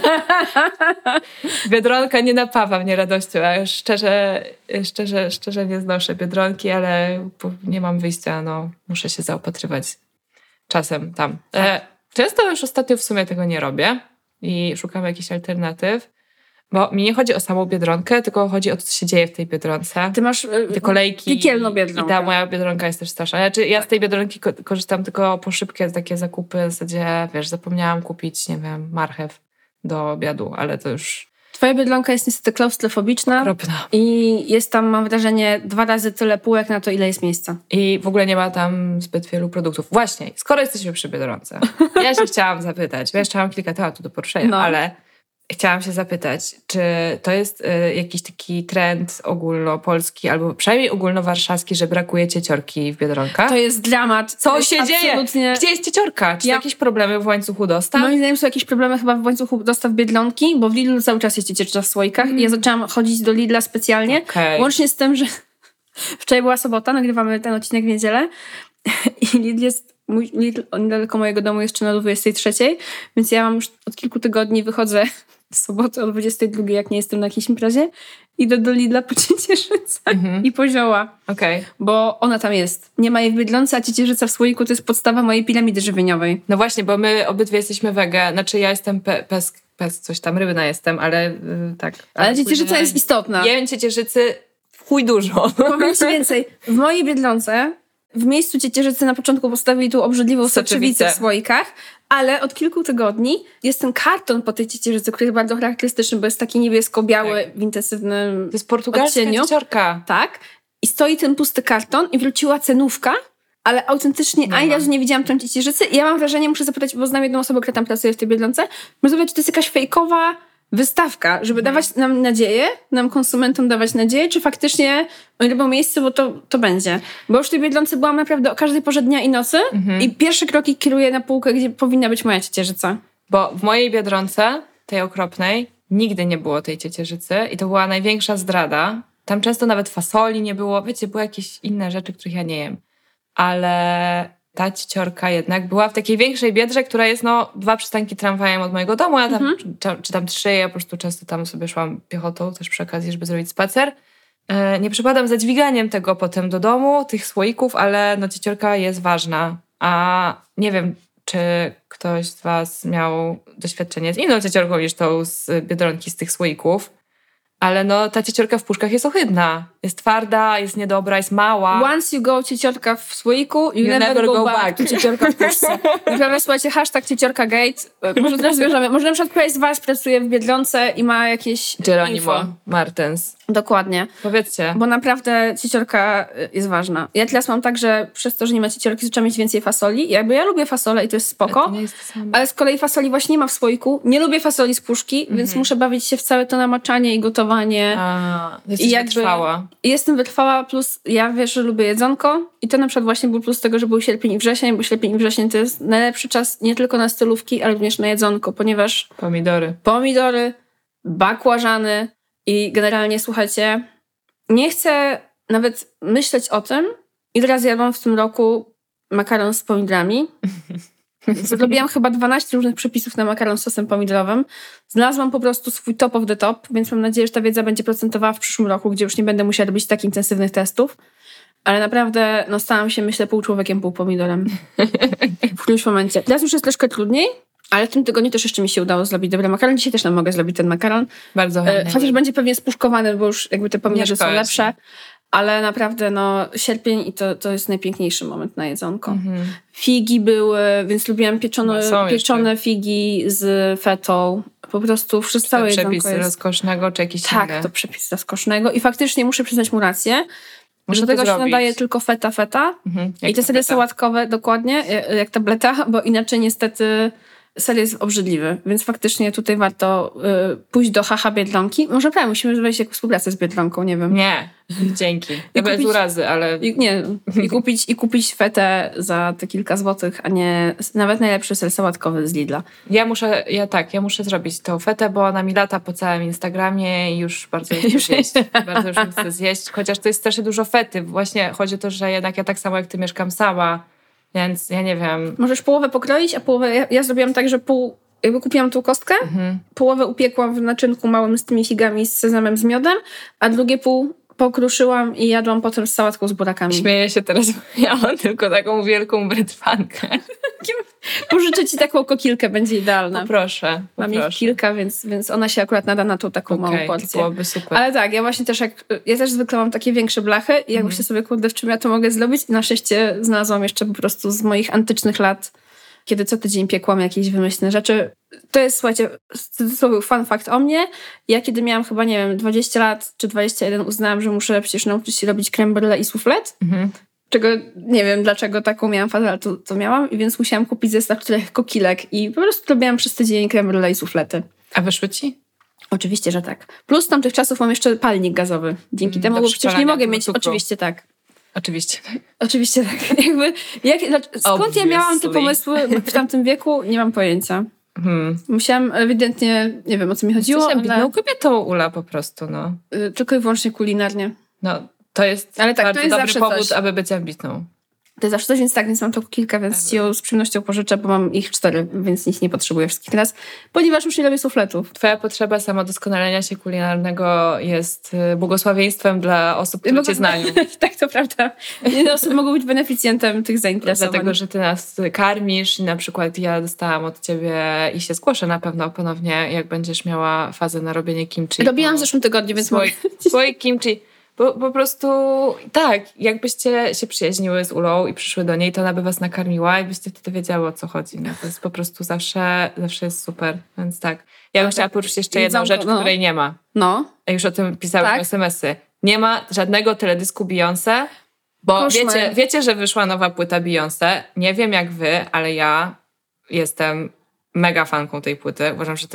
Biedronka nie napawa mnie radością. Ja szczerze, szczerze, szczerze nie znoszę Biedronki, ale nie mam wyjścia. No, muszę się zaopatrywać czasem tam. Tak. Często już ostatnio w sumie tego nie robię i szukam jakichś alternatyw. Bo mi nie chodzi o samą Biedronkę, tylko chodzi o to, co się dzieje w tej Biedronce. Ty masz te kolejki. Piekielną Biedronkę. I ta moja Biedronka jest też straszna. Znaczy, ja z tej Biedronki ko- korzystam tylko po szybkie takie zakupy, w zasadzie, wiesz, zapomniałam kupić, nie wiem, marchew do obiadu, ale to już... Twoja Biedronka jest niestety klaustrofobiczna. Okropna. I jest tam, mam wrażenie, dwa razy tyle półek na to, ile jest miejsca. I w ogóle nie ma tam zbyt wielu produktów. Właśnie, skoro jesteśmy przy Biedronce, ja się chciałam zapytać, bo jeszcze mam kilka tematów do poruszenia, no. ale... Chciałam się zapytać, czy to jest y, jakiś taki trend ogólnopolski albo przynajmniej ogólnowarszawski, że brakuje cieciorki w Biedronkach? To jest dramat. Co jest się absolutnie... dzieje? Gdzie jest cieciorka? Czy ja... są jakieś problemy w łańcuchu dostaw? Moim zdaniem są jakieś problemy chyba w łańcuchu dostaw Biedronki, bo w Lidlu cały czas jest cieciorka w słoikach mm. i ja zaczęłam chodzić do Lidla specjalnie. Okay. Łącznie z tym, że wczoraj była sobota, nagrywamy ten odcinek w niedzielę i Lidl jest mój Lidl niedaleko mojego domu jeszcze na dwudziestej trzeciej, więc ja mam już od kilku tygodni wychodzę w sobotę o dwudziestej drugiej, jak nie jestem na jakiejś imprezie, idę do Lidla po ciecierzycę mm-hmm. i po zioła. Okay. Bo ona tam jest. Nie ma jej w Biedronce, a ciecierzyca w słoiku to jest podstawa mojej piramidy żywieniowej. No właśnie, bo my obydwie jesteśmy wege. Znaczy ja jestem pe- pes, pes, coś tam, rybna jestem, ale yy, tak. Ale, ale ciecierzyca później... jest istotna. Jem ciecierzycy w chuj dużo. Powiem ci więcej. W mojej Biedronce w miejscu ciecierzycy na początku postawili tą obrzydliwą soczewicę w słoikach, ale od kilku tygodni jest ten karton po tej ciecierzycy, który jest bardzo charakterystyczny, bo jest taki niebiesko-biały tak. w intensywnym To jest portugalska cieciorka. Tak. I stoi ten pusty karton i wróciła cenówka, ale autentycznie no ani razu nie widziałam tam ciecierzycy i ja mam wrażenie, muszę zapytać, bo znam jedną osobę, która tam pracuje w tej Biedronce, muszę zapytać, czy to jest jakaś fejkowa wystawka, żeby mhm. dawać nam nadzieję, nam konsumentom dawać nadzieję, czy faktycznie oni robią miejsce, bo to, to będzie. Bo już w tej Biedronce byłam naprawdę o każdej porze dnia i nocy mhm. i pierwsze kroki kieruję na półkę, gdzie powinna być moja ciecierzyca. Bo w mojej Biedronce, tej okropnej, nigdy nie było tej ciecierzycy i to była największa zdrada. Tam często nawet fasoli nie było, wiecie, były jakieś inne rzeczy, których ja nie jem. Ale ta cieciorka jednak była w takiej większej Biedrze, która jest no dwa przystanki tramwajem od mojego domu, a tam, mhm. czy, czy tam trzy, ja po prostu często tam sobie szłam piechotą też przy okazji, żeby zrobić spacer. E, nie przypadam za dźwiganiem tego potem do domu, tych słoików, ale no cieciorka jest ważna. A nie wiem, czy ktoś z was miał doświadczenie z inną cieciorką niż tą z Biedronki, z tych słoików. Ale no, ta cieciorka w puszkach jest ohydna. Jest twarda, jest niedobra, jest mała. Once you go cieciorka w słoiku, you, you never, never go, go back. back. Cieciorka w puszce. Naprawdę, słuchajcie, hashtag cieciorka gate. Może teraz bierzemy. Może na przykład któraś z was pracuje w Biedronce i ma jakieś Geronimo info. Martens. Dokładnie. Powiedzcie. Bo naprawdę cieciorka jest ważna. Ja teraz mam tak, że przez to, że nie ma cieciorki, zaczęłam mieć więcej fasoli. Jakby ja lubię fasole i to jest spoko, ale, to nie jest to samo. Ale z kolei fasoli właśnie nie ma w słoiku. Nie lubię fasoli z puszki, mhm. więc muszę bawić się w całe to namaczanie i gotowanie. A, jesteś I jakby wytrwała. Jestem wytrwała, plus ja wiesz, że lubię jedzonko i to na przykład właśnie był plus tego, że był sierpień i wrzesień, bo sierpień i wrzesień to jest najlepszy czas nie tylko na stylówki, ale również na jedzonko, ponieważ Pomidory. Pomidory, bakłażany i generalnie, słuchajcie, nie chcę nawet myśleć o tym, ile razy jadłam w tym roku makaron z pomidorami. Zrobiłam chyba dwanaście różnych przepisów na makaron z sosem pomidorowym. Znalazłam po prostu swój top of the top, więc mam nadzieję, że ta wiedza będzie procentowała w przyszłym roku, gdzie już nie będę musiała robić tak intensywnych testów. Ale naprawdę no, stałam się, myślę, pół człowiekiem, pół pomidorem. W którymś momencie. Teraz już jest troszkę trudniej, ale w tym tygodniu też jeszcze mi się udało zrobić dobry makaron. Dzisiaj też nam mogę zrobić ten makaron. Bardzo chętnie. Chociaż będzie pewnie spuszkowany, bo już jakby te pomidory są lepsze. Ale naprawdę, no, sierpień i to, to jest najpiękniejszy moment na jedzonko. Mm-hmm. Figi były, więc lubiłam pieczone, pieczone figi z fetą. Po prostu wszystko całe jedzonko jest... przepis rozkosznego czy jakiś Tak, inny? To przepis rozkosznego. I faktycznie muszę przyznać mu rację, muszę że do tego zrobić. Się nadaje tylko feta, feta. Mm-hmm. I te sery sałatkowe dokładnie, jak tableta, bo inaczej niestety... Ser jest obrzydliwy, więc faktycznie tutaj warto y, pójść do Haha Biedronki. Może prawie musimy wejść jakąś współpracę z Biedronką, nie wiem. Nie, dzięki. I bez urazy, ale... I, nie, i kupić, i kupić fetę za te kilka złotych, a nie nawet najlepszy ser sałatkowy z Lidla. Ja muszę, ja tak, ja muszę zrobić tą fetę, bo ona mi lata po całym Instagramie i już bardzo chcę zjeść. bardzo już chcę zjeść, chociaż to jest strasznie dużo fety. Właśnie chodzi o to, że jednak ja tak samo jak ty mieszkam sama, więc ja nie wiem. Możesz połowę pokroić, a połowę... Ja, ja zrobiłam tak, że pół... Jakby kupiłam tą kostkę, mhm. połowę upiekłam w naczynku małym z tymi figami z sezamem, z miodem, a drugie pół pokruszyłam i jadłam potem z sałatką z burakami. Śmieję się teraz, ja mam tylko taką wielką brytwankę. Pożyczę ci taką kokilkę, będzie idealna. Poproszę. Mam ich kilka, więc, więc ona się akurat nada na tą taką okay, małą porcję. To byłoby super. Ale tak, ja właśnie też jak... Ja też zwykle mam takie większe blachy i jak myślę mm. sobie, kurde, w czym ja to mogę zrobić? I na szczęście znalazłam jeszcze po prostu z moich antycznych lat, kiedy co tydzień piekłam jakieś wymyślne rzeczy. To jest, słuchajcie, to był fun fact o mnie. Ja kiedy miałam chyba, nie wiem, dwadzieścia lat czy dwadzieścia jeden, uznałam, że muszę przecież nauczyć się robić crème brûlée i soufflette. Mhm. Czego nie wiem, dlaczego taką miałam fazę, ale to, to miałam. I więc musiałam kupić zestaw czterech kokilek i po prostu robiłam przez tydzień crème brûlée i soufflety. A wyszły ci? Oczywiście, że tak. Plus z tamtych czasów mam jeszcze palnik gazowy. Dzięki mm, temu, bo przecież nie mogę mieć... Cukru. Oczywiście tak. Oczywiście. Oczywiście tak. Jakby, jak, skąd Obviously. ja miałam te pomysły w tamtym wieku? Nie mam pojęcia. Hmm. Musiałam ewidentnie, nie wiem o co mi chodziło. Jesteś ambitną kobietą, Ula, po prostu, no. Y, tylko i wyłącznie kulinarnie. No, to jest ale tak, bardzo to jest dobry powód, coś. aby być ambitną. To jest zawsze coś, więc tak, więc mam to kilka, więc ci ją z przyjemnością pożyczę, bo mam ich cztery, więc nic nie potrzebuję wszystkich teraz, ponieważ już nie robię sufletów. Twoja potrzeba samodoskonalenia się kulinarnego jest błogosławieństwem dla osób, które cię znają. Tak, to prawda. Inne osoby mogą być beneficjentem tych zainteresowań. Dlatego, że ty nas karmisz i na przykład ja dostałam od ciebie i się zgłoszę na pewno ponownie, jak będziesz miała fazę na robienie kimchi. Robiłam w zeszłym tygodniu, więc swój, swój kimchi. Bo po prostu tak, jakbyście się przyjaźniły z Ulą i przyszły do niej, to ona by was nakarmiła i byście wtedy wiedziały, o co chodzi. Nie? To jest po prostu zawsze, zawsze jest super, więc tak. Ja bym no, chciała poruszyć jeszcze jedną rzecz, no. której nie ma. No. A już o tym pisały tak? es em esy. Nie ma żadnego teledysku Beyoncé, bo wiecie, wiecie, że wyszła nowa płyta Beyoncé. Nie wiem jak wy, ale ja jestem mega fanką tej płyty. Uważam, że to jest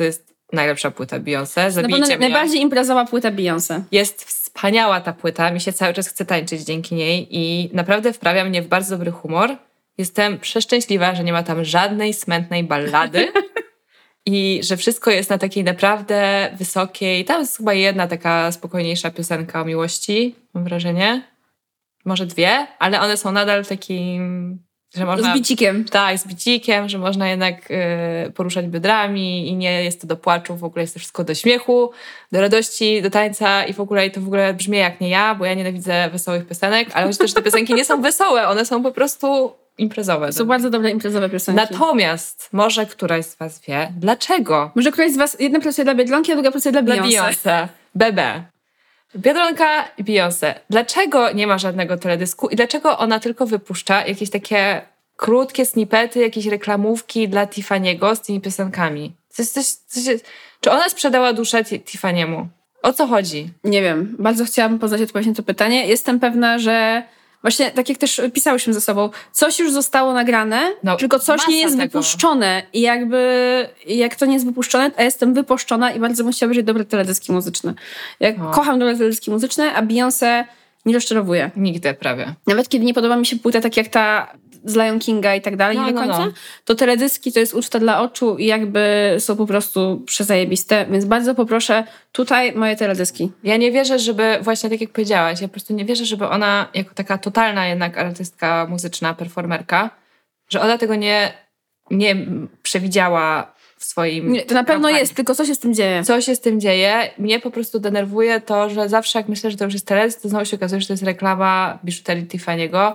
najlepsza płyta Beyoncé. Zabijcie mnie. Najbardziej imprezowa płyta Beyoncé. Jest wspaniała ta płyta. Mi się cały czas chce tańczyć dzięki niej i naprawdę wprawia mnie w bardzo dobry humor. Jestem przeszczęśliwa, że nie ma tam żadnej smętnej ballady i że wszystko jest na takiej naprawdę wysokiej... Tam jest chyba jedna taka spokojniejsza piosenka o miłości, mam wrażenie. Może dwie, ale one są nadal w takim... Że można, z bicikiem. Tak, z bicikiem, że można jednak y, poruszać biodrami i nie jest to do płaczu, w ogóle jest to wszystko do śmiechu, do radości, do tańca i w ogóle i to w ogóle brzmi jak nie ja, bo ja nienawidzę wesołych piosenek, ale chociaż te piosenki nie są wesołe, one są po prostu imprezowe. Są bardzo dobre imprezowe piosenki. Natomiast może któraś z was wie, dlaczego? Może któraś z was, jedna pracuje dla Biedronki, a druga pracuje dla Beyoncé. Dla Beyoncé. B B. Biedronka i Beyoncé. Dlaczego nie ma żadnego teledysku i dlaczego ona tylko wypuszcza jakieś takie krótkie snippety, jakieś reklamówki dla Tiffany'ego z tymi piosenkami? Coś, coś, coś, czy ona sprzedała duszę Tiffany'emu? O co chodzi? Nie wiem. Bardzo chciałabym poznać odpowiedź na to pytanie. Jestem pewna, że właśnie tak jak też pisałyśmy ze sobą, coś już zostało nagrane, no, tylko coś nie jest tego wypuszczone. I jakby jak to nie jest wypuszczone, a jestem wypuszczona i bardzo bym chciała obejrzeć dobre teledyski muzyczne. Ja o. kocham dobre teledyski muzyczne, a Beyoncé nie rozczarowuje. Nigdy prawie. Nawet kiedy nie podoba mi się płyta, tak jak ta z Lion Kinga i tak dalej, no, nie do końca, no, no. to teledyski to jest uczta dla oczu i jakby są po prostu przezajebiste, więc bardzo poproszę tutaj moje teledyski. Ja nie wierzę, żeby, właśnie tak jak powiedziałaś, ja po prostu nie wierzę, żeby ona, jako taka totalna jednak artystka muzyczna, performerka, że ona tego nie, nie przewidziała w swoim... Nie, to na pewno kampanii. Jest, tylko co się z tym dzieje? Co się z tym dzieje? Mnie po prostu denerwuje to, że zawsze jak myślę, że to już jest teledysk, to znowu się okazuje, że to jest reklama biżuterii Tiffany'ego.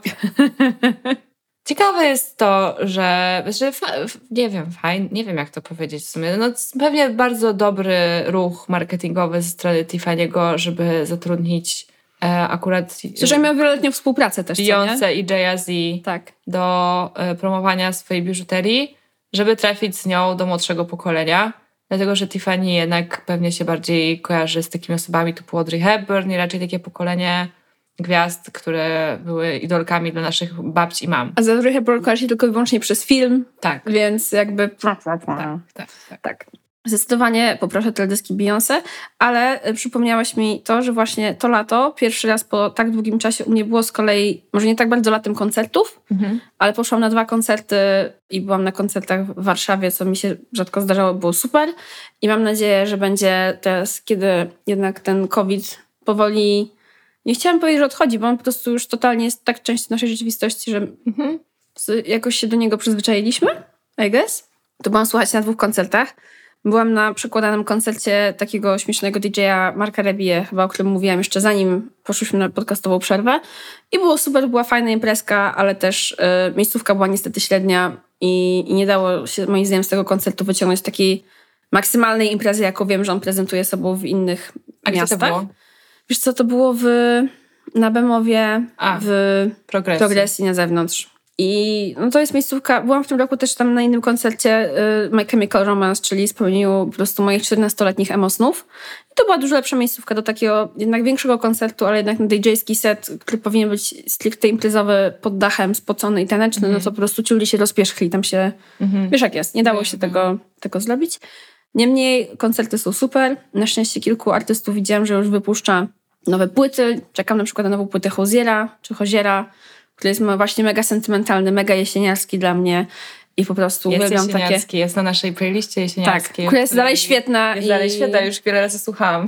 Ciekawe jest to, że, że nie wiem, fajnie, nie wiem jak to powiedzieć w sumie. No, pewnie bardzo dobry ruch marketingowy ze strony Tiffany'ego, żeby zatrudnić e, akurat... Że miał wieloletnią współpracę też, Beyoncé i Jay-Z tak. do e, promowania swojej biżuterii, żeby trafić z nią do młodszego pokolenia. Dlatego, że Tiffany jednak pewnie się bardziej kojarzy z takimi osobami typu Audrey Hepburn i raczej takie pokolenie gwiazd, które były idolkami dla naszych babci i mam. A za Audrey Hepburn kojarzy się tylko i wyłącznie przez film. Tak. Więc jakby... Tak, tak, tak. tak. Zdecydowanie poproszę teledyski Beyoncé, ale przypomniałaś mi to, że właśnie to lato, pierwszy raz po tak długim czasie u mnie było z kolei, może nie tak bardzo latem koncertów, mhm. ale poszłam na dwa koncerty i byłam na koncertach w Warszawie, co mi się rzadko zdarzało, było super i mam nadzieję, że będzie teraz, kiedy jednak ten COVID powoli, nie chciałam powiedzieć, że odchodzi, bo on po prostu już totalnie jest tak częścią naszej rzeczywistości, że mhm. jakoś się do niego przyzwyczailiśmy, I guess. To byłam słuchać na dwóch koncertach. Byłam na przekładanym koncercie takiego śmiesznego D J-a Marka Rebie, chyba o którym mówiłam jeszcze zanim poszłyśmy na podcastową przerwę. I było super, była fajna imprezka, ale też y, miejscówka była niestety średnia i, i nie dało się moim zdaniem z tego koncertu wyciągnąć takiej maksymalnej imprezy, jaką wiem, że on prezentuje sobą w innych A miastach. Gdzie to było? Wiesz co, to było w, na Bemowie, A, w progresji. progresji na zewnątrz. I no to jest miejscówka, byłam w tym roku też tam na innym koncercie y, My Chemical Romance, czyli spełnieniu po prostu moich czternastoletnich emo-snów. I to była dużo lepsza miejscówka do takiego jednak większego koncertu, ale jednak D J-ski set, który powinien być stricte imprezowy, pod dachem, spocony i taneczny, mm-hmm. no to po prostu ci ludzie się rozpierzchli, tam się, mm-hmm. wiesz jak jest, nie dało się mm-hmm. tego, tego zrobić. Niemniej koncerty są super, na szczęście kilku artystów widziałam, że już wypuszcza nowe płyty, czekam na przykład na nową płytę Hoziera, czy Hoziera, który jest właśnie mega sentymentalny, mega jesieniarski dla mnie i po prostu jest uwielbiam takie... jesieniarski, jest na naszej playliście jesieniarskiej. Tak, która jest dalej świetna. Jest i... dalej świetna, już wiele razy słuchałam.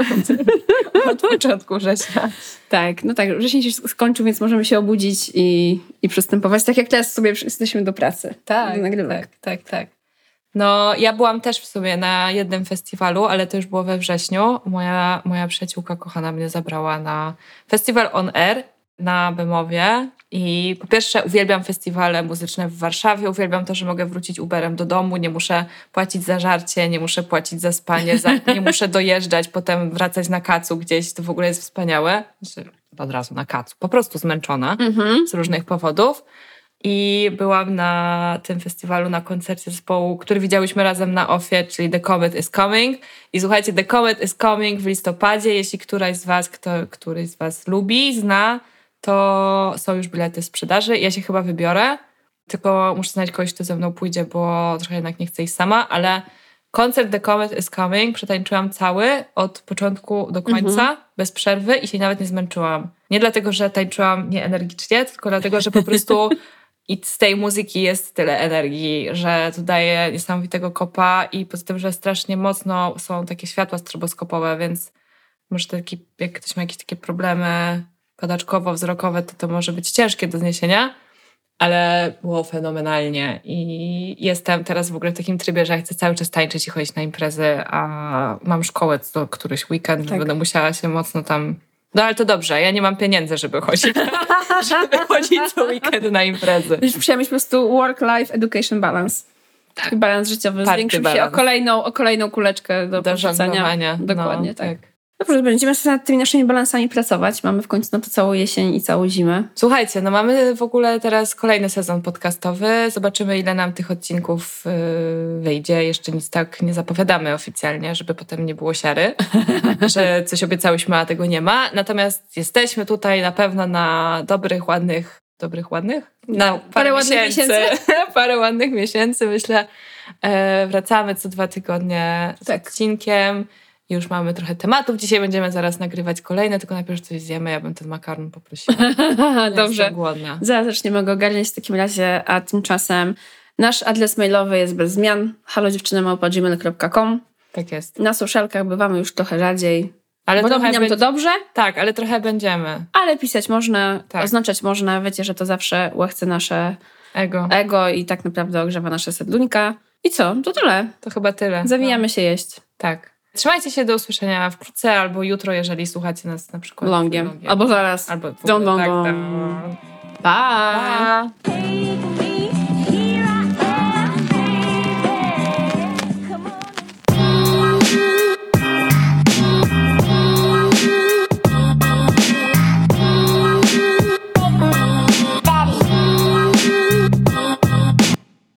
Od początku września. Tak, no tak, wrzesień się skończył, więc możemy się obudzić i, i przystępować. Tak jak teraz sobie jesteśmy do pracy. Tak, do tak, tak, tak. No, ja byłam też w sumie na jednym festiwalu, ale to już było we wrześniu. Moja, moja przyjaciółka kochana mnie zabrała na festiwal On Air na Bemowie. I po pierwsze uwielbiam festiwale muzyczne w Warszawie, uwielbiam to, że mogę wrócić Uberem do domu, nie muszę płacić za żarcie, nie muszę płacić za spanie, za, nie muszę dojeżdżać, potem wracać na kacu gdzieś, to w ogóle jest wspaniałe. Znaczy, od razu na kacu, po prostu zmęczona mm-hmm. z różnych powodów. I byłam na tym festiwalu na koncercie zespołu, który widziałyśmy razem na Ofie, czyli The Comet is Coming. I słuchajcie, The Comet is Coming w listopadzie, jeśli któraś z was, kto, któryś z was lubi, zna, to są już bilety w sprzedaży. Ja się chyba wybiorę, tylko muszę znaleźć kogoś, kto ze mną pójdzie, bo trochę jednak nie chcę iść sama, ale koncert The Comet is Coming przetańczyłam cały, od początku do końca, mhm. bez przerwy i się nawet nie zmęczyłam. Nie dlatego, że tańczyłam nieenergicznie, tylko dlatego, że po prostu i z tej muzyki jest tyle energii, że to daje niesamowitego kopa i poza tym, że strasznie mocno są takie światła stroboskopowe, więc może taki, jak ktoś ma jakieś takie problemy padaczkowo-wzrokowe, to to może być ciężkie do zniesienia, ale było fenomenalnie i jestem teraz w ogóle w takim trybie, że chcę cały czas tańczyć i chodzić na imprezy, a mam szkołę co któryś weekend, tak. że będę musiała się mocno tam... No ale to dobrze, ja nie mam pieniędzy, żeby chodzić, żeby chodzić co weekend na imprezy. Musiała mieć po prostu work-life education balance. Tak. Balans życiowy. Zwiększył się o kolejną, o kolejną kuleczkę do, do żonglowania. Dokładnie, no, tak. tak. Dobrze, będziemy sobie nad tymi naszymi balansami pracować. Mamy w końcu na to całą jesień i całą zimę. Słuchajcie, no mamy w ogóle teraz kolejny sezon podcastowy. Zobaczymy, ile nam tych odcinków yy, wyjdzie. Jeszcze nic tak nie zapowiadamy oficjalnie, żeby potem nie było siary, że coś obiecałyśmy, a tego nie ma. Natomiast jesteśmy tutaj na pewno na dobrych, ładnych... Dobrych, ładnych? Na parę, parę ładnych miesięcy. miesięcy. parę ładnych miesięcy, myślę. E, wracamy co dwa tygodnie z tak. odcinkiem. Już mamy trochę tematów. Dzisiaj będziemy zaraz nagrywać kolejne, tylko najpierw coś zjemy. Ja bym ten makaron poprosiła. Dobrze. Jestem głodna. Zaraz zaczniemy go ogarniać w takim razie, a tymczasem nasz adres mailowy jest bez zmian. halo dziewczyny małpa gmail kropka com. Tak jest. Na socialkach bywamy już trochę rzadziej. Ale bo robi nam be- to dobrze. Tak, ale trochę będziemy. Ale pisać można, tak. oznaczać można. Wiecie, że to zawsze łechce nasze ego. ego i tak naprawdę ogrzewa nasze serduńka. I co? To tyle. To chyba tyle. Zawijamy no. się jeść. Tak. Trzymajcie się, do usłyszenia wkrótce albo jutro, jeżeli słuchacie nas na przykład longiem. longiem. Albo zaraz. Albo don, don, tak, don. Tak. Pa! Pa.